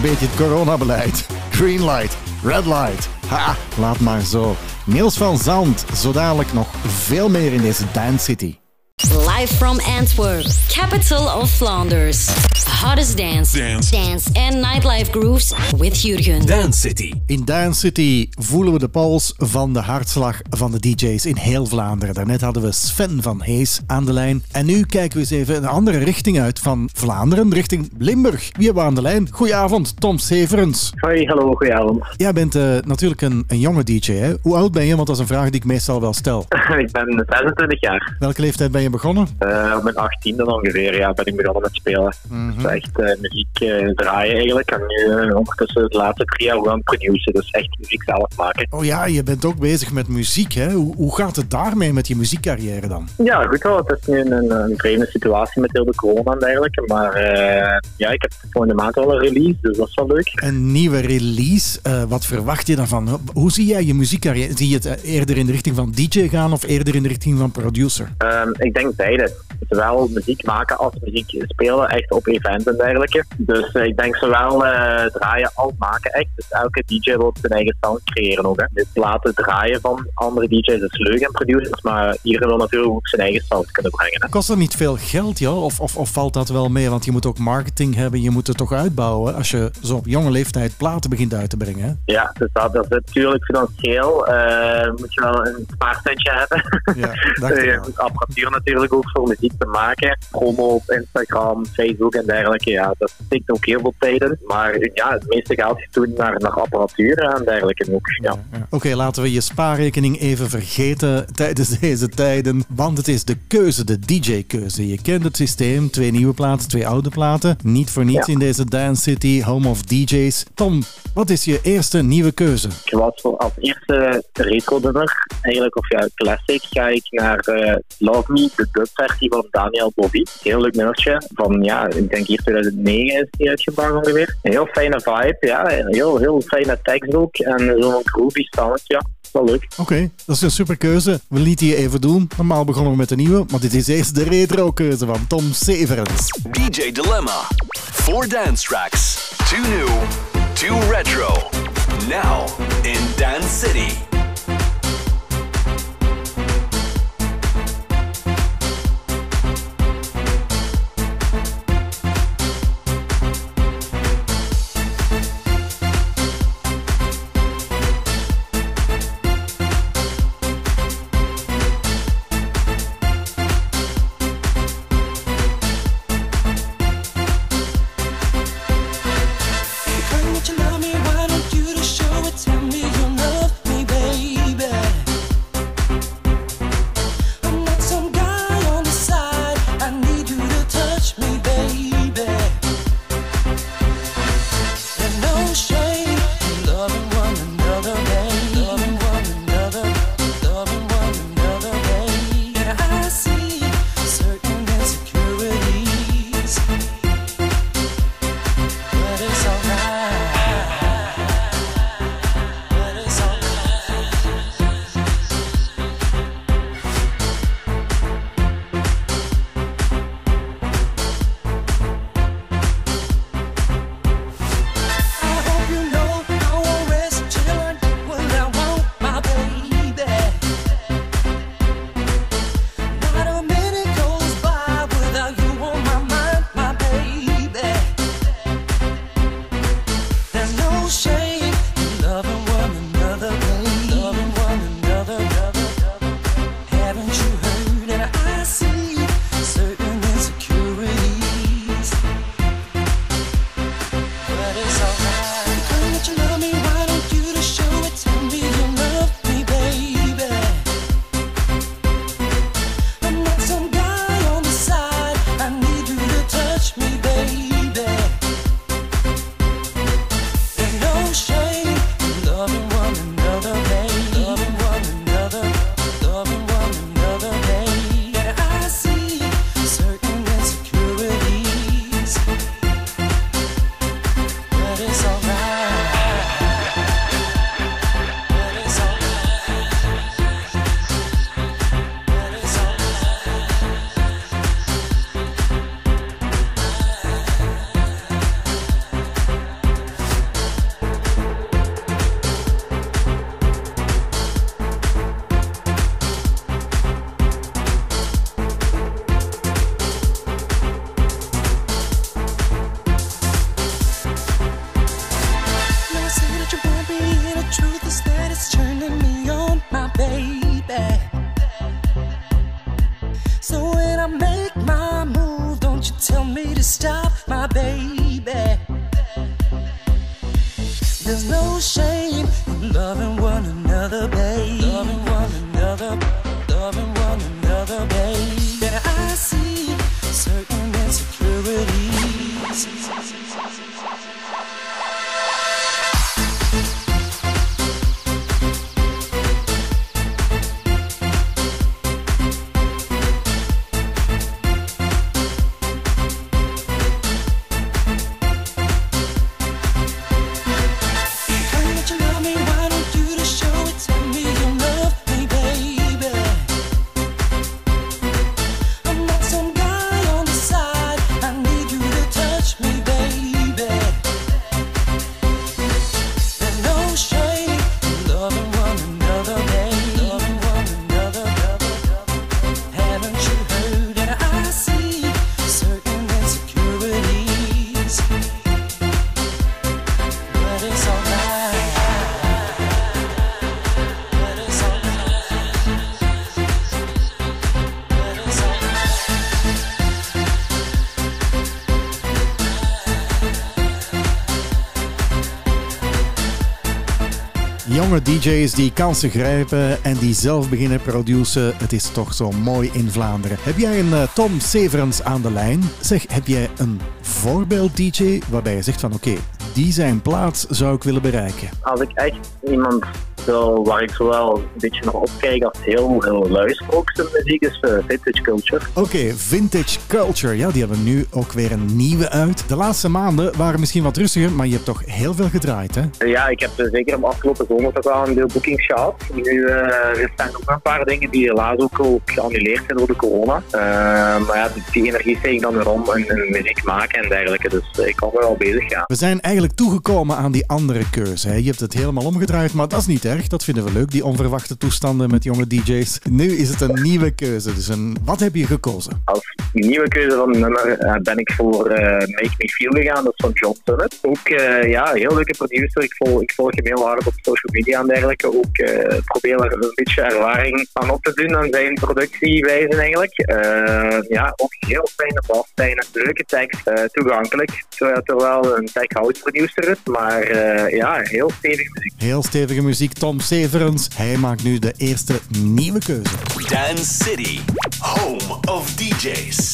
een beetje het coronabeleid. Green light, red light. Ha, laat maar zo. Niels van Zandt, zo dadelijk nog veel meer in deze Dance City. Live from Antwerp, capital of Flanders. Hottest dance, dance, dance and nightlife grooves with Jurgen. Dance City. In Dance City voelen we de pols van de hartslag van de D J's in heel Vlaanderen. Daarnet hadden we Sven van Hees aan de lijn. En nu kijken we eens even een andere richting uit van Vlaanderen, richting Limburg. Wie hebben we aan de lijn? Goedenavond, Tom Severens. Hoi, hallo, goedenavond. Jij bent uh, natuurlijk een, een jonge D J, hè? Hoe oud ben je? Want dat is een vraag die ik meestal wel stel. Ik ben zesentwintig jaar. Welke leeftijd ben je begonnen? Uh, op mijn achttiende ongeveer, ja, ben ik begonnen met spelen. Mm-hmm. Dus echt uh, muziek uh, draaien eigenlijk. En nu uh, ondertussen de laatste drie jaar gaan produceren. Dus echt muziek zelf maken. Oh ja, je bent ook bezig met muziek, hè? Hoe, hoe gaat het daarmee met je muziekcarrière dan? Ja, goed wel. Het is nu een, een, een vreemde situatie met heel de corona en dergelijke. Maar uh, ja, ik heb volgende maand wel een release, dus dat is wel leuk. Een nieuwe release, uh, wat verwacht je daarvan? Hoe zie jij je muziekcarrière? Zie je het eerder in de richting van D J gaan of eerder in de richting van producer? Um, ik denk beide. Zowel muziek maken als muziek spelen, echt op events en dergelijke. Dus uh, ik denk zowel uh, draaien als maken echt. Dus elke D J wil zijn eigen sound creëren ook. Hè. Dus laten draaien van andere D J's is leuk en producers, maar iedereen wil natuurlijk ook zijn eigen sound kunnen brengen. Hè. Kost dat niet veel geld, joh? Of, of, of valt dat wel mee? Want je moet ook marketing hebben, je moet het toch uitbouwen als je zo op jonge leeftijd platen begint uit te brengen. Hè? Ja, dus dat, dat is natuurlijk financieel. Uh, moet je wel een spaarcentje hebben. Ja, dacht ik je wel. moet apparatuur natuurlijk ook voor muziek te maken. Promo op Instagram, Facebook en dergelijke. Ja, dat stikt ook heel veel tijd in. Maar ja, het meeste geld is toen naar, naar apparatuur en dergelijke ook. Ja. Ja, ja. Oké, okay, laten we je spaarrekening even vergeten tijdens deze tijden. Want het is de keuze, de D J-keuze. Je kent het systeem. Twee nieuwe platen, twee oude platen. Niet voor niets ja. in deze Dance City, home of D J's. Tom, wat is je eerste nieuwe keuze? Ik was voor als eerste retro-nummer, eigenlijk, of ja, classic, ga ik naar uh, Love Me, de dubversie van Daniel Bobby. Heel leuk nummertje. Van, ja, ik denk hier tweeduizend negen is die uitgebracht ongeveer. Een heel fijne vibe, ja. Heel, heel fijne tekst ook. En zo'n groovy sound, ja. Wel leuk. Oké, okay, dat is een super keuze. We lieten je even doen. Normaal begonnen we met de nieuwe, maar dit is eerst de retro-keuze van Tom Severens. D J Dilemma. Four dance tracks. Two new, two retro. Now in Dance City. Why don't you to show it? Tell me you love me, baby. make my move, don't you tell me to stop, my baby. There's no shame in loving one another, babe. Loving one another, loving one another, babe. And I see certain insecurities. Jonge D J's die kansen grijpen en die zelf beginnen produceren. Het is toch zo mooi in Vlaanderen. Heb jij een uh, Tom Severens aan de lijn? Zeg, heb jij een voorbeeld D J waarbij je zegt van oké, okay, die zijn plaats zou ik willen bereiken? Als ik echt iemand wil waar ik zowel een beetje naar opkijk als heel, heel luister ook zijn muziek is uh, Vintage Culture. Oké, okay, Vintage Culture. Ja, die hebben nu ook weer een nieuwe uit. De laatste maanden waren misschien wat rustiger, maar je hebt toch heel veel gedraaid, hè? Ja, ik heb uh, zeker de afgelopen zomer toch wel een deel boekings gehad. Nu uh, er zijn ook een paar dingen die helaas ook, ook geannuleerd zijn door de corona. Uh, maar ja, die energie steek ik dan weer om en, en muziek maken en dergelijke. Dus uh, ik kan wel bezig gaan. We zijn eigenlijk toegekomen aan die andere keuze. Hè? Je hebt het helemaal omgedraaid, maar dat is niet erg. Dat vinden we leuk, die onverwachte toestanden met jonge D J's. Nu is het een nieuwe keuze. Dus een... wat heb je gekozen? Als nieuwe keuze van een nummer uh, ben ik voor uh, Make Me Feel gegaan. Dat is van John Summit. Ook uh, ja, heel leuke producer. Ik volg, ik volg hem heel hard op social media en dergelijke. Ook uh, probeer er een beetje ervaring aan op te doen aan zijn productiewijze eigenlijk. Uh, ja, ook heel fijne bas, fijne leuke tekst, uh, toegankelijk. Terwijl het wel een tech house producer is, maar uh, ja, heel stevige muziek. Heel stevige muziek, Tom Severens. Hij maakt nu de eerste nieuwe keuze. Dance City, home of D J's.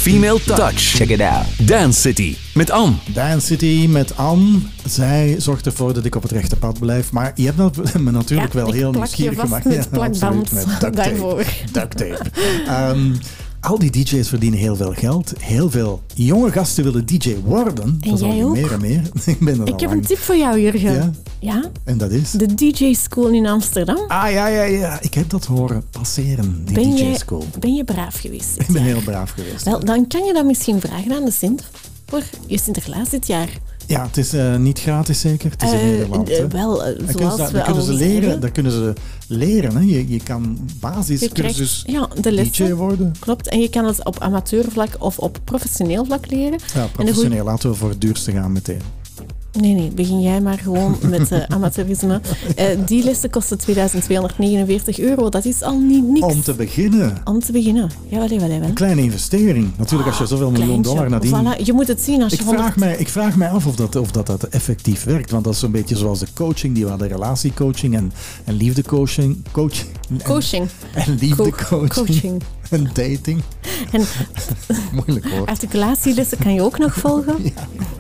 female touch. Check it out. Dance City met Anne. Dance City met Anne. Zij zorgt ervoor dat ik op het rechte pad blijf. Maar je hebt me natuurlijk ja, wel heel nieuwsgierig gemaakt. Met ja, plakband met duct tape. Daarvoor. Duct tape. Um, al die D J's verdienen heel veel geld. Heel veel jonge gasten willen D J worden. En dat jij ook? Meer en meer. Ik ben er Ik al heb lang. een tip voor jou, Jurgen. Ja? Ja? En dat is? De D J School in Amsterdam. Ah, ja, ja, ja. Ik heb dat horen passeren, die ben D J je, School. Ben je braaf geweest? Ik ben heel braaf geweest. Wel, dan kan je dat misschien vragen aan de Sint voor je Sinterklaas dit jaar. Ja, het is uh, niet gratis zeker. Het is in uh, Nederland. Uh, wel, uh, zoals dat, we dat kunnen al ze leren. zeggen. Dat kunnen ze leren. Hè. Je, je kan basiscursus ja, de lessen, D J worden. Klopt. En je kan het op amateurvlak of op professioneel vlak leren. Ja, professioneel. Goeie... Laten we voor het duurste gaan meteen. Nee, nee, begin jij maar gewoon met uh, amateurisme. Uh, die lessen kosten tweeduizend tweehonderdnegenenveertig euro. Dat is al niet niks. Om te beginnen. Om te beginnen. Ja, wat wel, wel. Een kleine investering. Natuurlijk, als je zoveel Kleintje. miljoen dollar nadien... Voilà, je moet het zien als je... Ik, honderd... vraag mij, ik vraag mij af of dat, of dat dat effectief werkt. Want dat is zo'n beetje zoals de coaching. Die we hadden relatiecoaching en, en liefdecoaching. Coaching. En, coaching. En liefdecoaching. Co- coaching. En dating. En moeilijk hoor. Articulatielessen kan je ook nog volgen. Ja.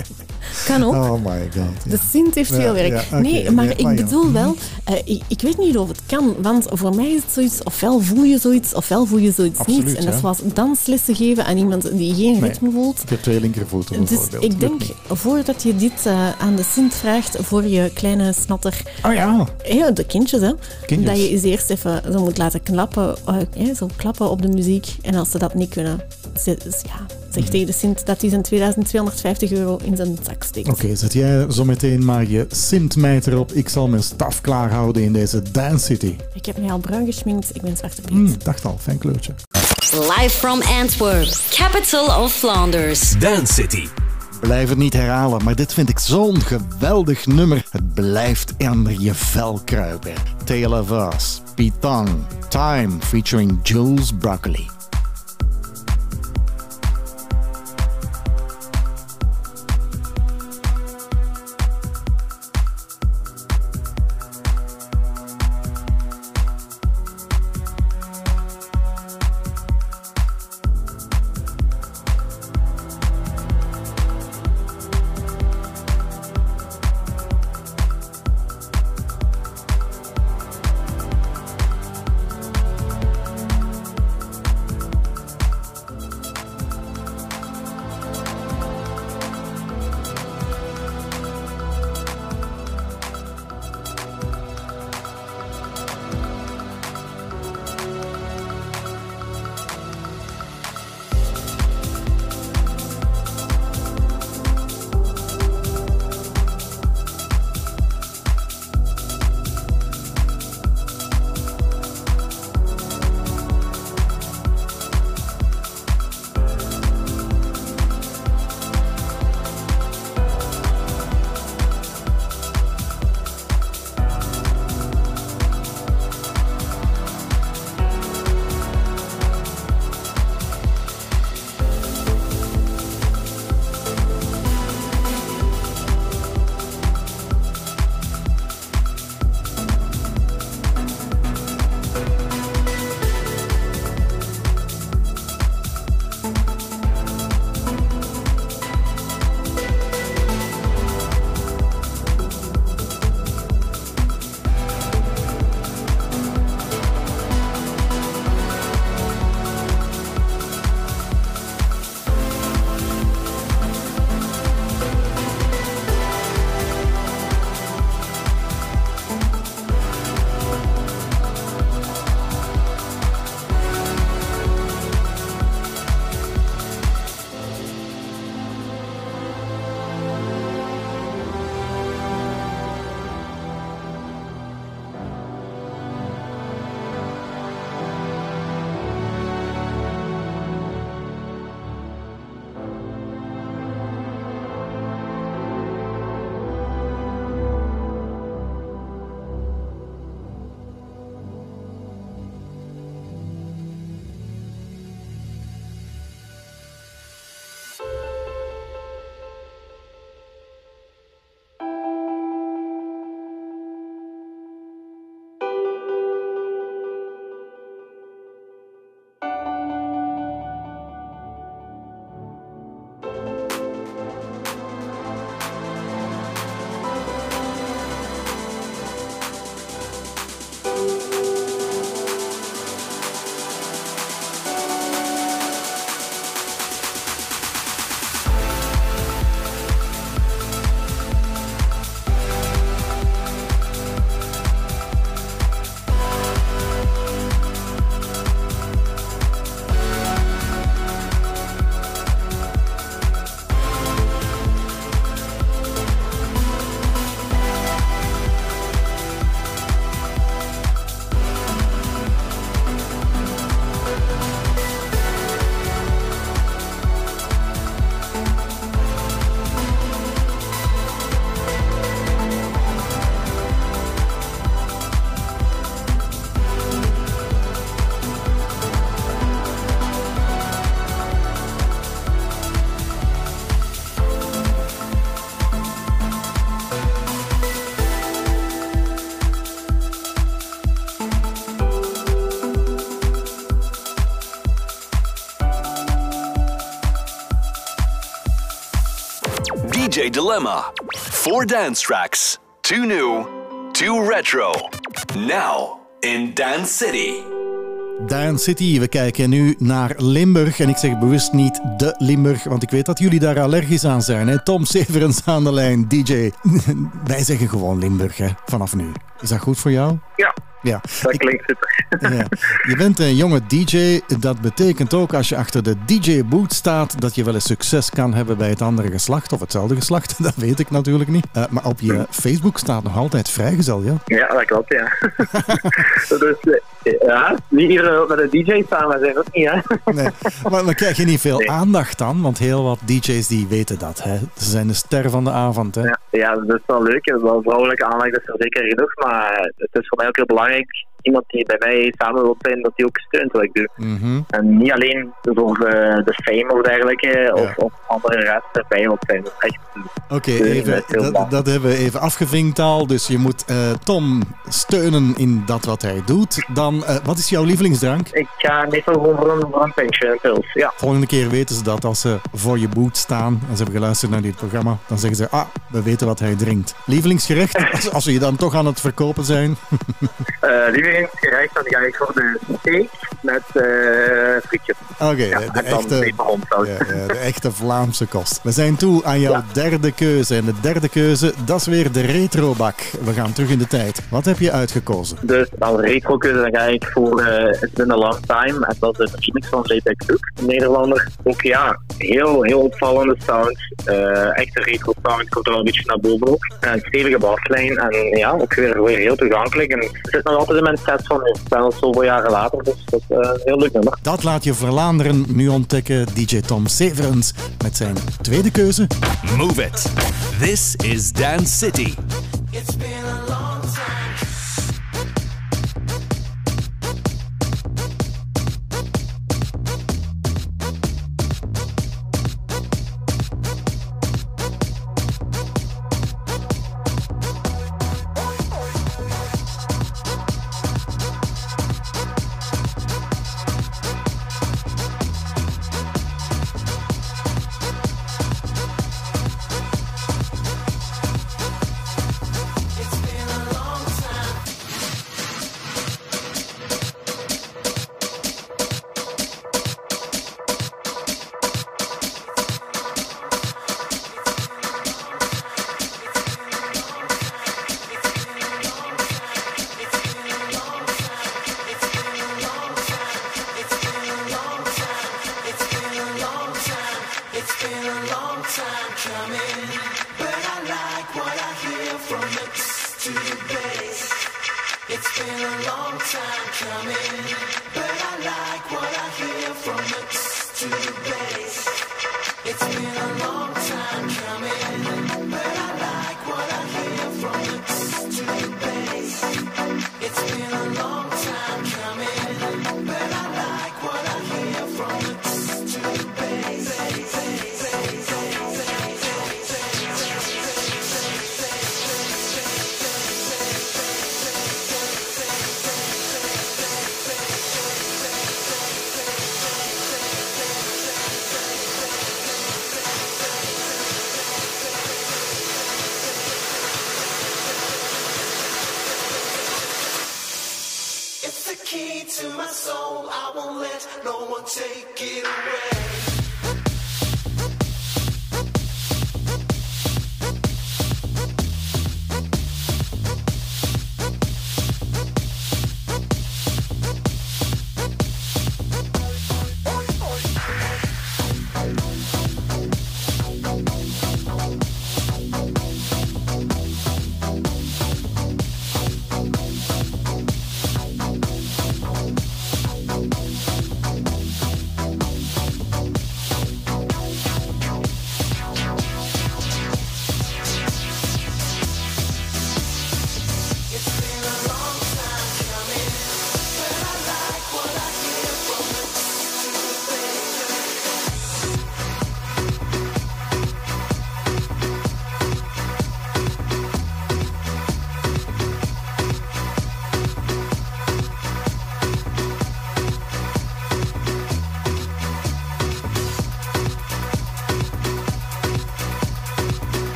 Kan ook. Oh my god. De Sint heeft veel ja, werk. Ja, okay, nee, maar ja, ik maar bedoel ja. wel, uh, ik, ik weet niet of het kan, want voor mij is het zoiets, ofwel voel je zoiets, ofwel voel je zoiets Absoluut, niet. En dat is ja. zoals danslessen geven aan iemand die geen nee, ritme voelt. Ik heb twee linkervoeten Dus bijvoorbeeld. ik denk, voordat je dit uh, aan de Sint vraagt voor je kleine snatter, oh ja. Ja, de kindjes, hè, kindjes. dat je eens eerst even zo moet laten klappen, uh, ja, zo klappen op de muziek. En als ze dat niet kunnen, ze, ja, zeg mm. tegen de Sint dat hij zijn tweeduizend tweehonderdvijftig euro in zijn zak steekt. Oké, okay, zet jij zo meteen maar je Sint-mijter op. Ik zal mijn staf klaarhouden in deze Dance City. Ik heb mij al bruin geschminkt, ik ben Zwarte Piet. Mm, dacht al, fijn kleurtje. Live from Antwerp, capital of Flanders. Dance City. Blijf het niet herhalen, maar dit vind ik zo'n geweldig nummer. Het blijft onder je vel kruipen. Tale of Us, Python, Time featuring Jules Broccoli. Dilemma. Four dance tracks. Two new, two retro. Now in Dance City. Dance City, we kijken nu naar Limburg. En ik zeg bewust niet de Limburg, want ik weet dat jullie daar allergisch aan zijn. Hè? Tom Severens aan de lijn, D J. Wij zeggen gewoon Limburg, hè, vanaf nu. Is dat goed voor jou? Ja. Ja, dat klinkt super. Ja. Je bent een jonge D J. Dat betekent ook als je achter de D J-boot staat dat je wel eens succes kan hebben bij het andere geslacht of hetzelfde geslacht. Dat weet ik natuurlijk niet. Uh, maar op je Facebook staat nog altijd vrijgezel, ja? Ja, dat klopt, ja. dus, ja, niet iedereen wil met een D J samen zijn, ook niet, hè? Nee, maar dan krijg je niet veel nee. aandacht dan, want heel wat D J's die weten dat, hè? Ze zijn de ster van de avond, hè? Ja, ja, dat is wel leuk. Wel vrouwelijke aandacht is er zeker genoeg, maar het is voor mij ook heel belangrijk. Iemand die bij mij samen wil zijn, dat die ook steunt wat ik doe. Mm-hmm. En niet alleen voor de, de fame of dergelijke, ja. of, of andere rest erbij wil zijn. Dat is echt... Oké, okay, even, dat, dat hebben we even afgevinkt al. Dus je moet uh, Tom steunen in dat wat hij doet. Dan, uh, wat is jouw lievelingsdrank? Ik ga meestal gewoon voor een, voor een pintje, een pils, ja. Volgende keer weten ze dat als ze voor je boot staan en ze hebben geluisterd naar dit programma, dan zeggen ze, ah, we weten wat hij drinkt. Lievelingsgerecht, als, als we je dan toch aan het verkopen zijn. uh, lievelingsgerecht, dan ga ik voor de steak met uh, frietjes. Oké, okay, ja, de, de, echte, ja, ja, de echte Vlaamse kost. We zijn toe aan jouw ja. derde keuze. En de derde keuze, dat is weer de retrobak. We gaan terug in de tijd. Wat heb je uitgekozen? Dus als retro keuze dan ga ik voor uh, It's Been a Long Time. En dat is een remix van Layback Luke, een Nederlander. Ook ja, heel, heel opvallende sound. Uh, echte retro sound, komt er wel een beetje naar boven ook. En een stevige baslijn. En ja, ook weer, weer heel toegankelijk. En het zit nog altijd in mijn set van nu. Zelfs zoveel jaren later. Dus dat is uh, een heel leuk nummer. Dat laat je Vlaanderen nu ontdekken. D J Tom Severens met zijn tweede keuze. Move it. This is Dance City. It's been a long time.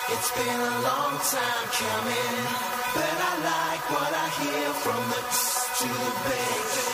It's been a long time coming, but I like what I hear from the to the bass.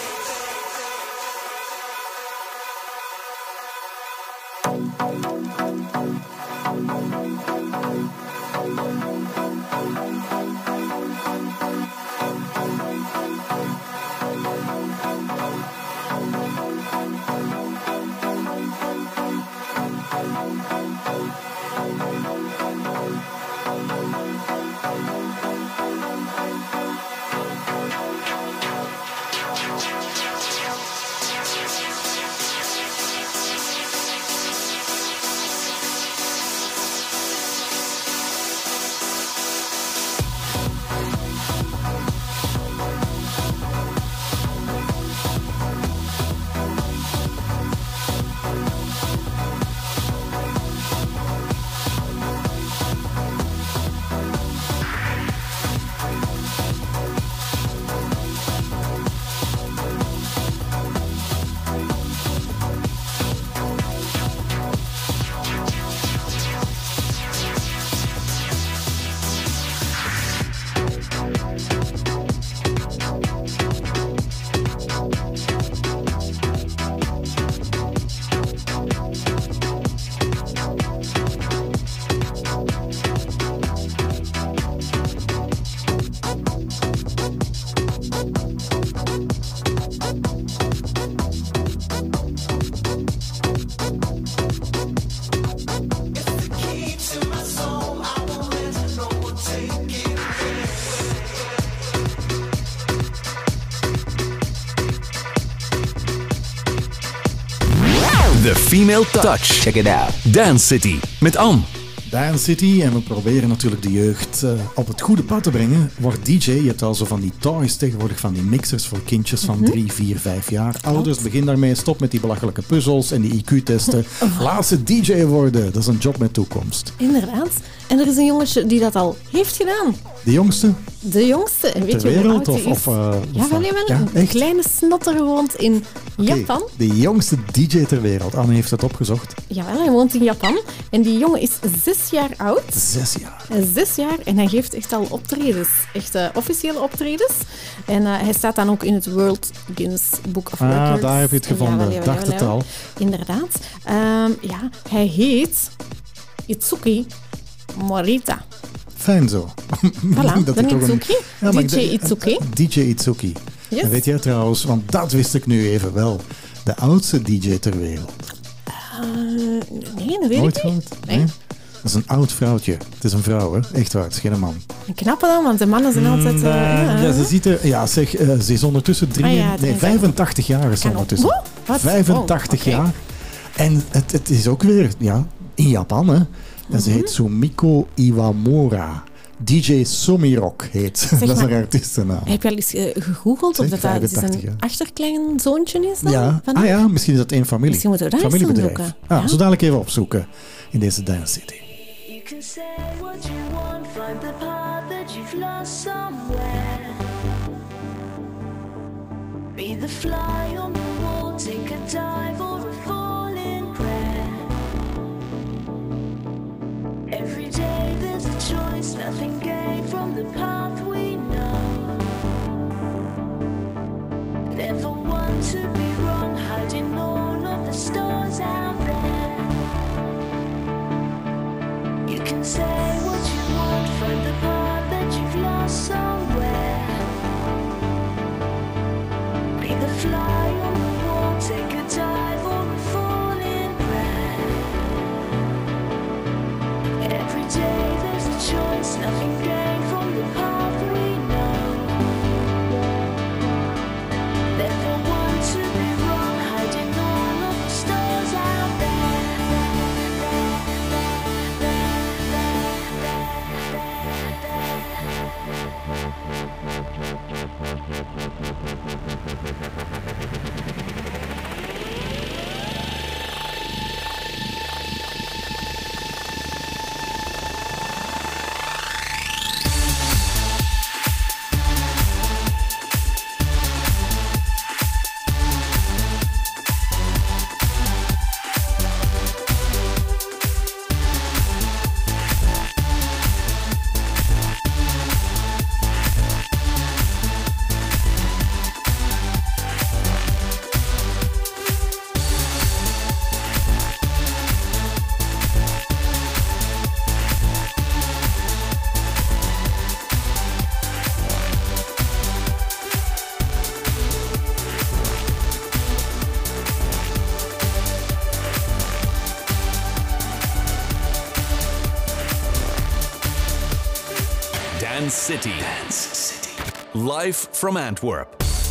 The Female Touch. Check it out. Dance City met Anne. Dance City, en we proberen natuurlijk de jeugd uh, op het goede pad te brengen. Word D J, je hebt al zo van die toys tegenwoordig, van die mixers voor kindjes van drie, vier, vijf jaar. Ouders, begin daarmee, stop met die belachelijke puzzels en die I Q-testen. Laat ze D J worden, dat is een job met toekomst. Inderdaad. En er is een jongetje die dat al heeft gedaan. De jongste? De jongste. En weet ter je hoe wereld? oud hij Of, is? of, uh, ja, of, wel, jawel. ja, Een echt? kleine snotter woont in Okay, Japan. de jongste D J ter wereld. Anne heeft het opgezocht. Jawel, hij woont in Japan. En die jongen is zes jaar oud. Zes jaar. Zes jaar en hij geeft echt al optredens. Echt uh, officiële optredens. En uh, hij staat dan ook in het World Guinness Book of Ah, Records. daar heb je het gevonden. Jawel, jawel, Dacht jawel, het al. Inderdaad. Um, ja, hij heet Itsuki Morita. Fijn zo. Voilà, dat de ik toch een- Itsuki. Ja, maar D J ik denk- Itsuki. D J Itsuki. Yes. En weet jij trouwens, want dat wist ik nu even wel, de oudste D J ter wereld. Uh, nee, dat weet Nooit ik niet. gehoord? Nee. Nee? Dat is een oud vrouwtje. Het is een vrouw, hè? Echt waar, het is geen man. Een knappe dan, want de mannen zijn altijd... Uh, ja, Ja, ze ziet er... Ja, zeg, uh, ze is ondertussen drie... Ah ja, nee, drieënvijftig. vijfentachtig jaar is ze Kan ook. ondertussen. Wow, wat? vijfentachtig Oh, oké. jaar. En het, het is ook weer, ja, in Japan, hè. En ze heet Sumiko Iwamura. D J Somirok heet. Dat is maar, haar artiestennaam. Heb je al eens uh, gegoogeld of Zeg, dat, dat dus vijfentachtig, een ja. achterkleinzoontje is dan? Ja. Van Ah haar? ja, misschien is dat één familie. Misschien moeten we dat eens Familiebedrijf. gaan zoeken. Ah, Ja. zo dadelijk even opzoeken in deze Dance City. You can say what you want, find the part that you've lost somewhere. Be the fly on the wall, take a dive or a fall in prayer. Every day there's a choice, nothing gained from the path we know. Never want to be wrong, hiding all of the stars out there. You can say what you want, find the part that you've lost somewhere. Be the fly on the wall, take a dive or a fall in prayer. Every day there's a choice, nothing good. Dance City. Dance City. Live from Antwerp.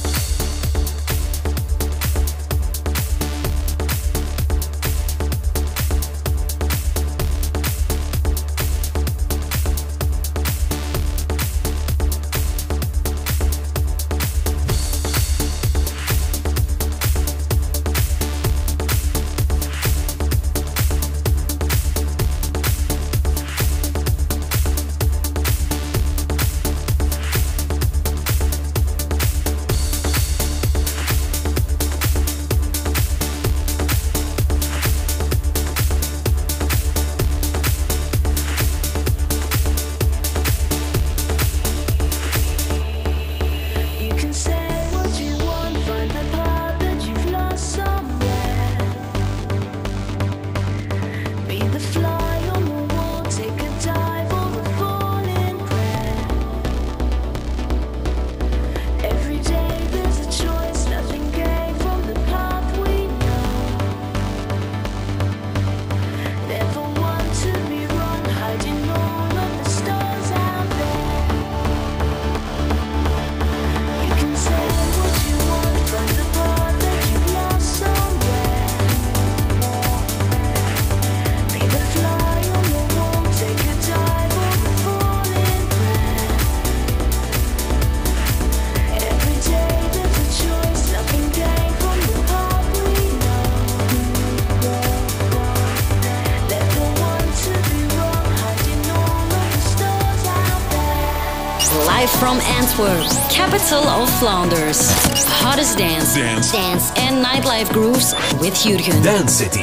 From Antwerp, capital of Flanders. Hottest dance, dance, dance and nightlife grooves with Jurgen. Dance City.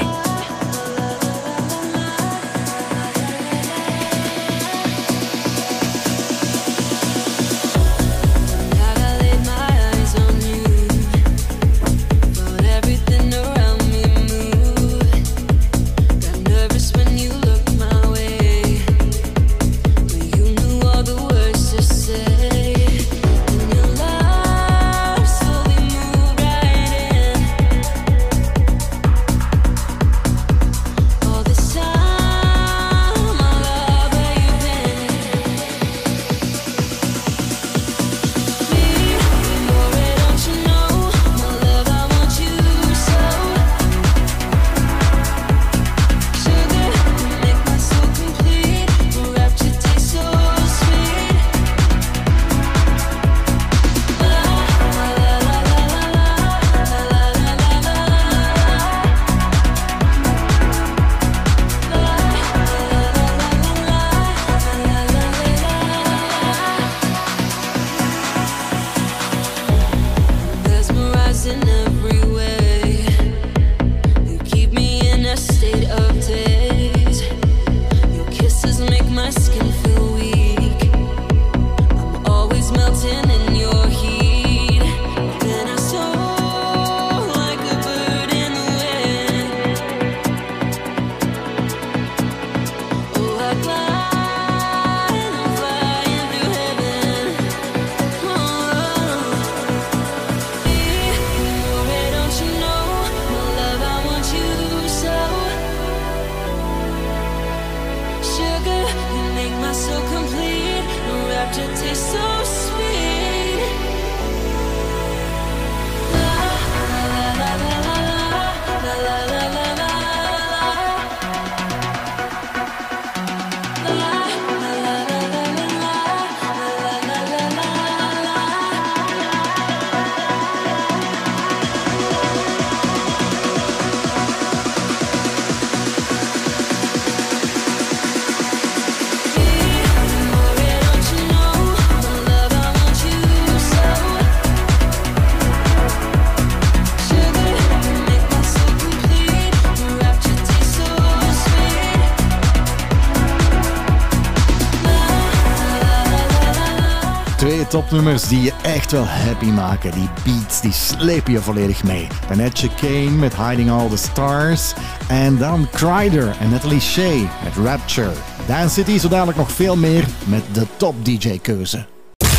Topnummers die je echt wel happy maken. Die beats, die slepen je volledig mee. Danetje Kane met Hiding All the Stars. En dan Kryder en Natalie Shea met Rapture. Dance City zo dadelijk nog veel meer met de top D J-keuze.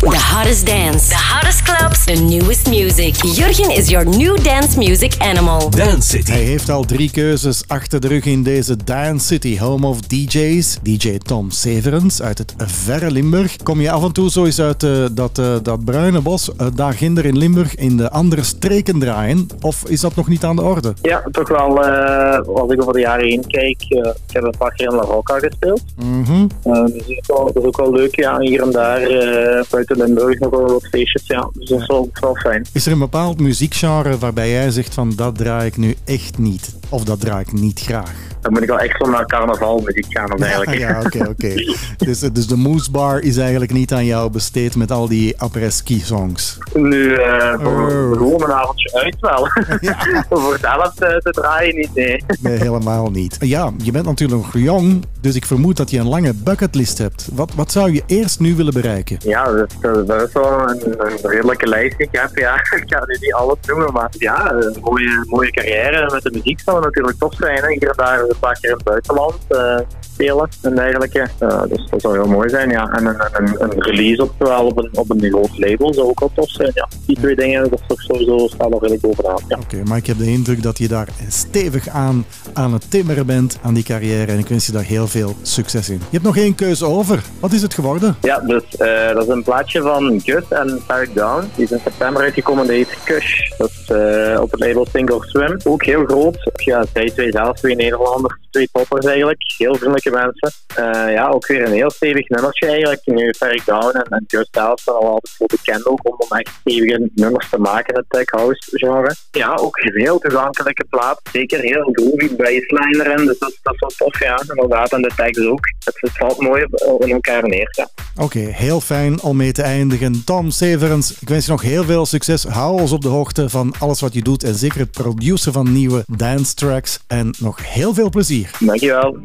The hottest dance. The hottest clubs. The newest music. Jurgen is your new dance music animal. Dance City. Hij heeft al drie keuzes achter de rug in deze Dance City, home of D J's. D J Tom Severens uit het verre Limburg. Kom je af en toe zo eens uit uh, dat, uh, dat bruine bos, uh, daar ginder in Limburg, in de andere streken draaien? Of is dat nog niet aan de orde? Ja, toch wel. Uh, als ik over de jaren heen kijk, uh, ik heb een paar keer in La Rocca gespeeld. Mm-hmm. Uh, dus dat is, wel, dat is ook wel leuk, ja. Hier en daar, uh, buiten Limburg, nog wel wat feestjes, ja. Dus dat is wel, wel fijn. Is er een bepaald muziekgenre waarbij jij zegt van dat draai ik nu echt niet? Of dat draai ik niet graag? Dan moet ik wel echt zo naar carnavalmuziek gaan, of eigenlijk. Ja, oké, oké. Okay, okay. dus, dus de Moose Bar is eigenlijk niet aan jou besteed met al die après-ski songs? Nu, uh, voor uh. gewoon een avondje uit wel. Ja. Voor zelf te, te draaien niet, nee. Nee, helemaal niet. Ja, je bent natuurlijk nog jong, dus ik vermoed dat je een lange bucketlist hebt. Wat, wat zou je eerst nu willen bereiken? Ja, dat, dat is wel een, een redelijke lijst die ik heb. Ja. Ik ga nu niet alles noemen, maar ja, een mooie, mooie carrière met de muziek zou natuurlijk tof zijn. Hè. Hier en daar een paar keer in het buitenland uh, spelen en dergelijke. Uh, dus dat zou heel mooi zijn, ja. En een, een, een release op, wel op, een, op een groot label zou ook wel tof zijn, ja. Die twee dingen, dat is toch sowieso, staat er redelijk bovenaan, ja. Oké, okay, maar ik heb de indruk dat je daar stevig aan, aan het timmeren bent, aan die carrière. En ik wens je daar heel veel succes in. Je hebt nog één keuze over. Wat is het geworden? Ja, dus uh, dat is een plaatje van Gus en Tarek Down. Die is in september uitgekomen, die heet Kush. Dat is uh, op het label Sink or Swim. Ook heel groot. Ja, zij twee zelf, twee Nederlanders, twee poppers eigenlijk. Heel vriendelijke mensen. Uh, ja, ook weer een heel stevig nummertje eigenlijk. Nu Tarek Down en, en Gus zelf zijn al altijd voor bekend ook om, om echt stevige nummers te maken in het tech house genre. Ja, ook een heel toegankelijke plaat. Zeker heel groovy bassline erin, dus dat, dat is wel tof, ja. Inderdaad, en de tekst ook. Het, het valt mooi in elkaar neer, ja. Oké, okay, heel fijn om mee te eindigen. Tom Severens, ik wens je nog heel veel succes. Hou ons op de hoogte van alles wat je doet en zeker het produceren van nieuwe dance tracks. En nog heel veel plezier. Dankjewel.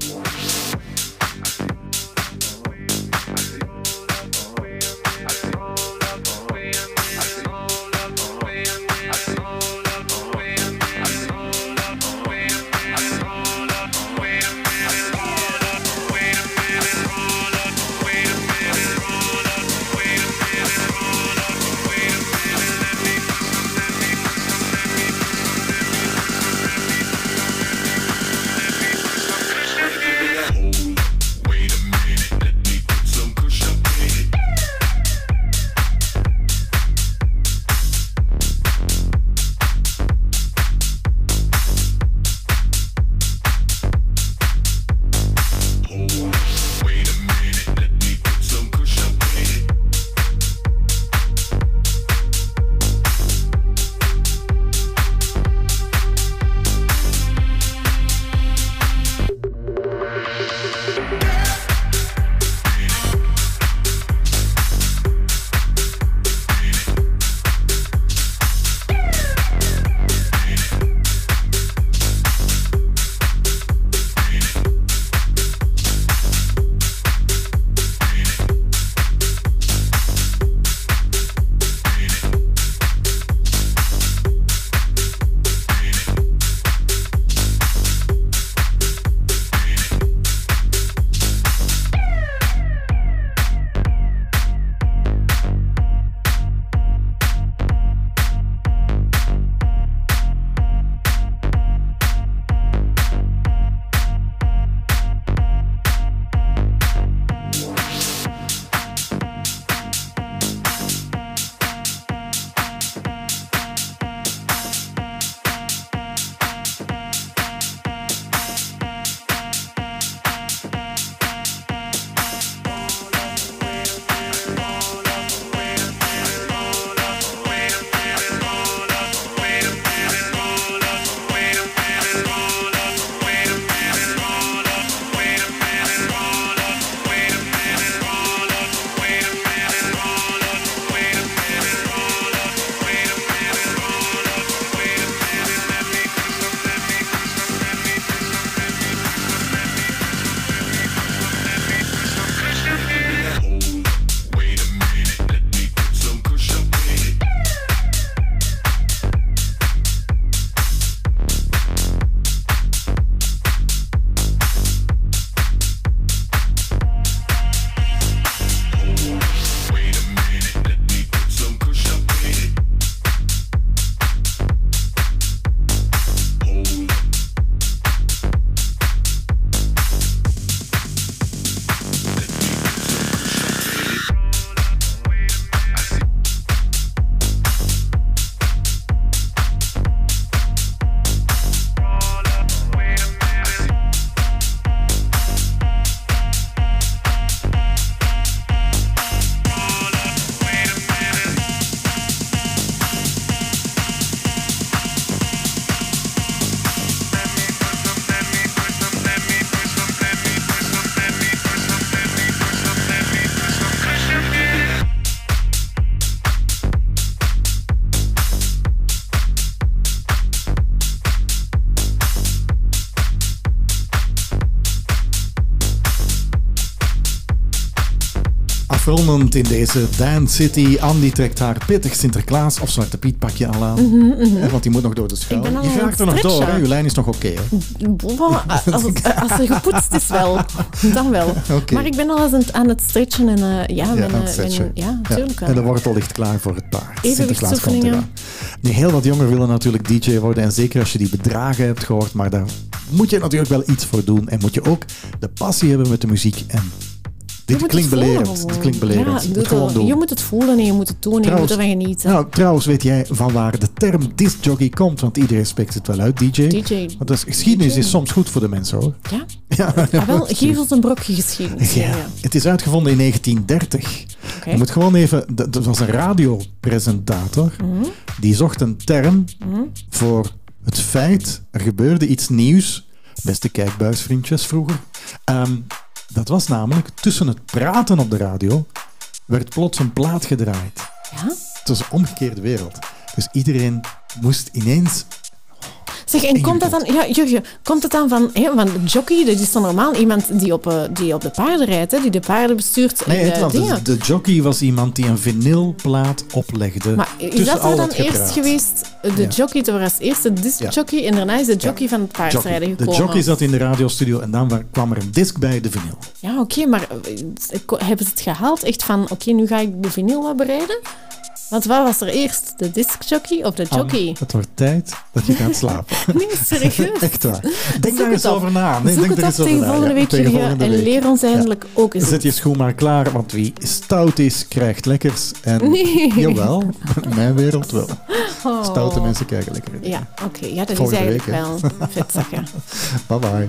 fronnend in deze Dance City. Andy trekt haar pittig Sinterklaas of Zwarte Piet pakje al aan. Mm-hmm, mm-hmm. Want die moet nog door de schuil. Je raakt er nog door, hè? Uw lijn is nog oké. Okay, als, als er gepoetst is wel, dan wel. Okay. Maar ik ben al eens aan het stretchen en uh, ja, ja, mijn, aan het mijn, ja, natuurlijk ja. En de wortel ligt klaar voor het paard. Evenwichtsoefeningen. Nee, heel wat jongeren willen natuurlijk D J worden en zeker als je die bedragen hebt gehoord, maar daar moet je natuurlijk wel iets voor doen en moet je ook de passie hebben met de muziek en Dit klinkt belerend. Dit klinkt belerend. Ja, het gewoon doen. Je moet het voelen en je moet het doen en trouwens, je moet ervan genieten. Nou, trouwens, weet jij van waar de term discjockey komt? Want iedereen spreekt het wel uit, D J. D J. Want dus, geschiedenis D J. is soms goed voor de mensen, hoor. Ja? Ja, ja, wel, geef ons een brokje geschiedenis. Ja, ja. Het is uitgevonden in negentien dertig. Okay. Je moet gewoon even... Dat was een radiopresentator. Mm-hmm. Die zocht een term mm-hmm. voor het feit... Er gebeurde iets nieuws. Beste kijkbuisvriendjes vroeger. Um, dat was namelijk tussen het praten op de radio... werd plots een plaat gedraaid. Ja? Het was een omgekeerde wereld. Dus iedereen moest ineens... Zeg, en komt dat dan, ja, Jurgen, komt het dan van, hè, van de jockey, dat is dan normaal iemand die op, uh, die op de paarden rijdt, hè, die de paarden bestuurt? Nee, het was, de, de jockey was iemand die een vinylplaat oplegde. Maar is dat er dan eerst geweest, de ja. jockey, er was eerst de discjockey ja. en daarna is de jockey ja. van het paardrijden gekomen? De jockey zat in de radiostudio en dan kwam er een disc bij de vinyl. Ja, oké, okay, maar hebben ze het gehaald echt van, oké, okay, nu ga ik de vinyl wat bereiden? Want wat was er eerst? De discjockey of de jockey? Anne, het wordt tijd dat je gaat slapen. Nee, serieus? Echt waar. Denk daar eens over na. Nee, Zoek denk het op tegen volgende week, ja, Jurgen, en leer ons eindelijk ja. ook eens. Zet je schoen maar klaar, want wie stout is, krijgt lekkers. En nee. Jawel, in mijn wereld wel. Oh. Stoute mensen krijgen lekker. Ja, oké. Okay. Ja, dat volgende is eigenlijk week, wel vet zakken. Bye bye.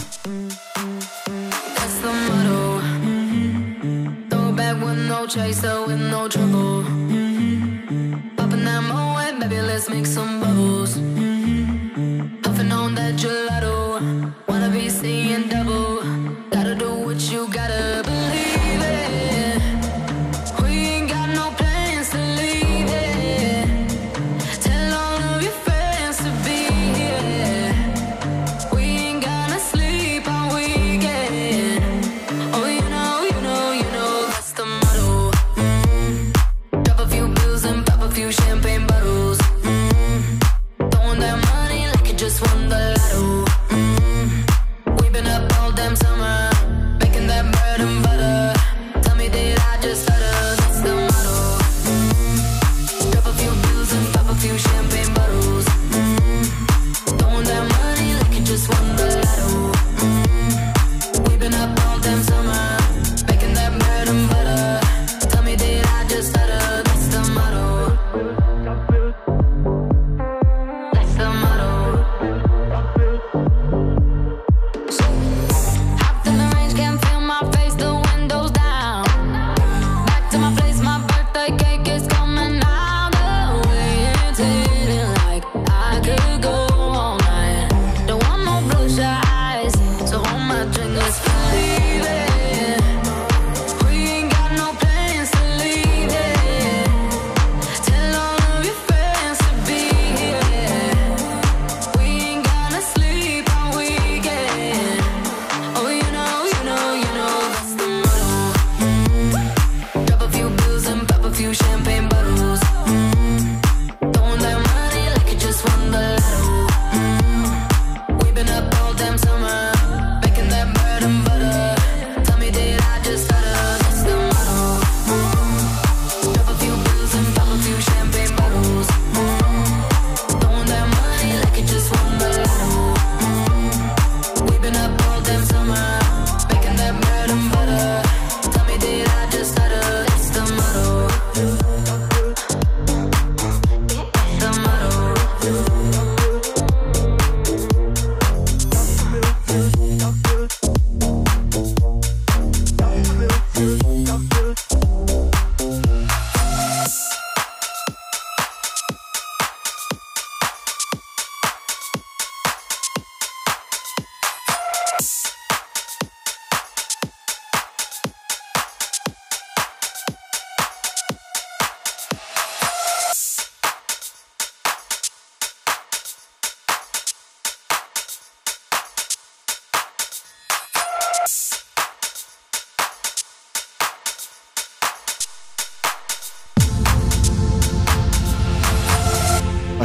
Chaser with no trouble. Popping that Moet, baby, let's make some bubbles. Puffing on that gelato, wanna be seeing double. Gotta do what you gotta believe it. We ain't got no plans to leave it. Tell all of your friends to be here. We ain't gonna sleep all weekend. Oh, you know, you know, you know that's the motto. Champagne bottles, mm-hmm. Throwing that money like you just won the lotto. Mm-hmm. We've been up all damn summer, making that bread and butter. Tell me, did I just stutter? That's the motto. Mm-hmm. Drop a few bills and pop a few champagne bottles. Mm-hmm. Throwing that money like you just won the lotto. Mm-hmm. We've been up all damn summer, making that bread and butter. Tell me, did I just stutter? That's the motto. So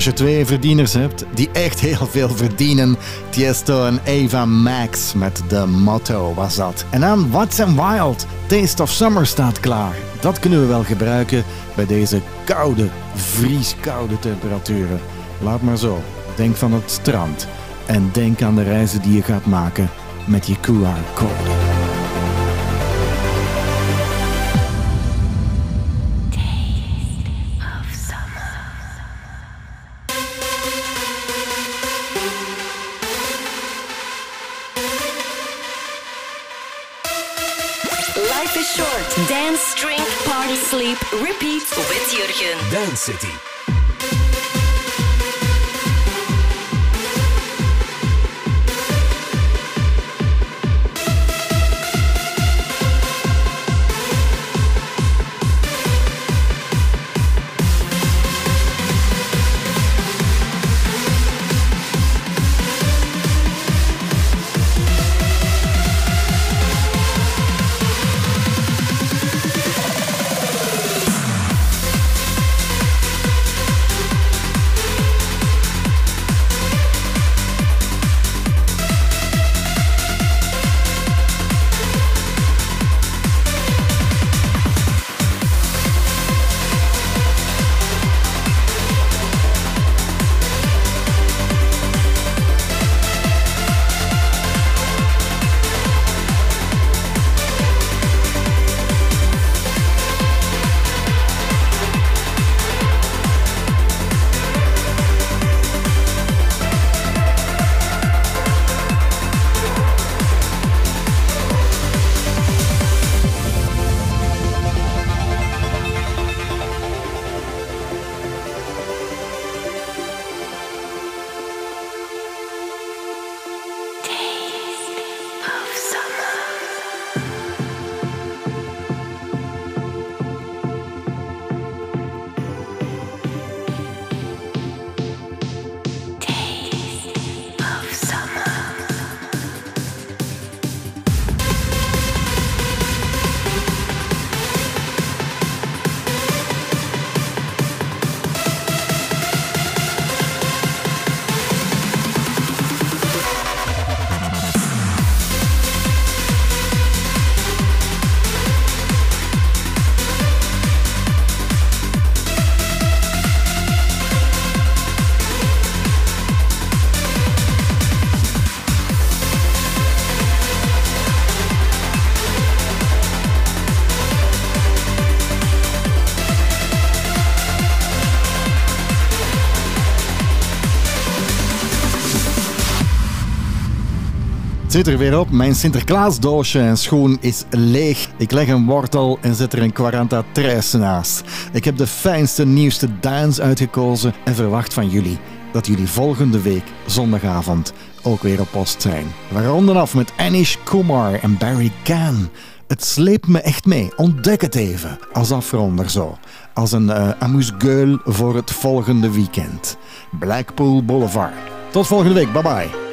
Als je twee verdieners hebt die echt heel veel verdienen. Tiesto en Ava Max met de Motto was dat. En dan What's and Wild. Taste of Summer staat klaar. Dat kunnen we wel gebruiken bij deze koude, vrieskoude temperaturen. Laat maar zo. Denk van het strand. En denk aan de reizen die je gaat maken met je Q R-code. Life is short. Dance, drink, party, sleep, repeat with Jurgen. Dance City. Zit er weer op, mijn Sinterklaasdoosje en schoen is leeg. Ik leg een wortel en zet er een quaranta tres naast. Ik heb de fijnste, nieuwste dance uitgekozen en verwacht van jullie dat jullie volgende week zondagavond ook weer op post zijn. We ronden af met Anish Kumar en Barry Kahn. Het sleept me echt mee, ontdek het even. Als afronder zo, als een uh, amuse-gueule voor het volgende weekend. Blackpool Boulevard. Tot volgende week, bye bye.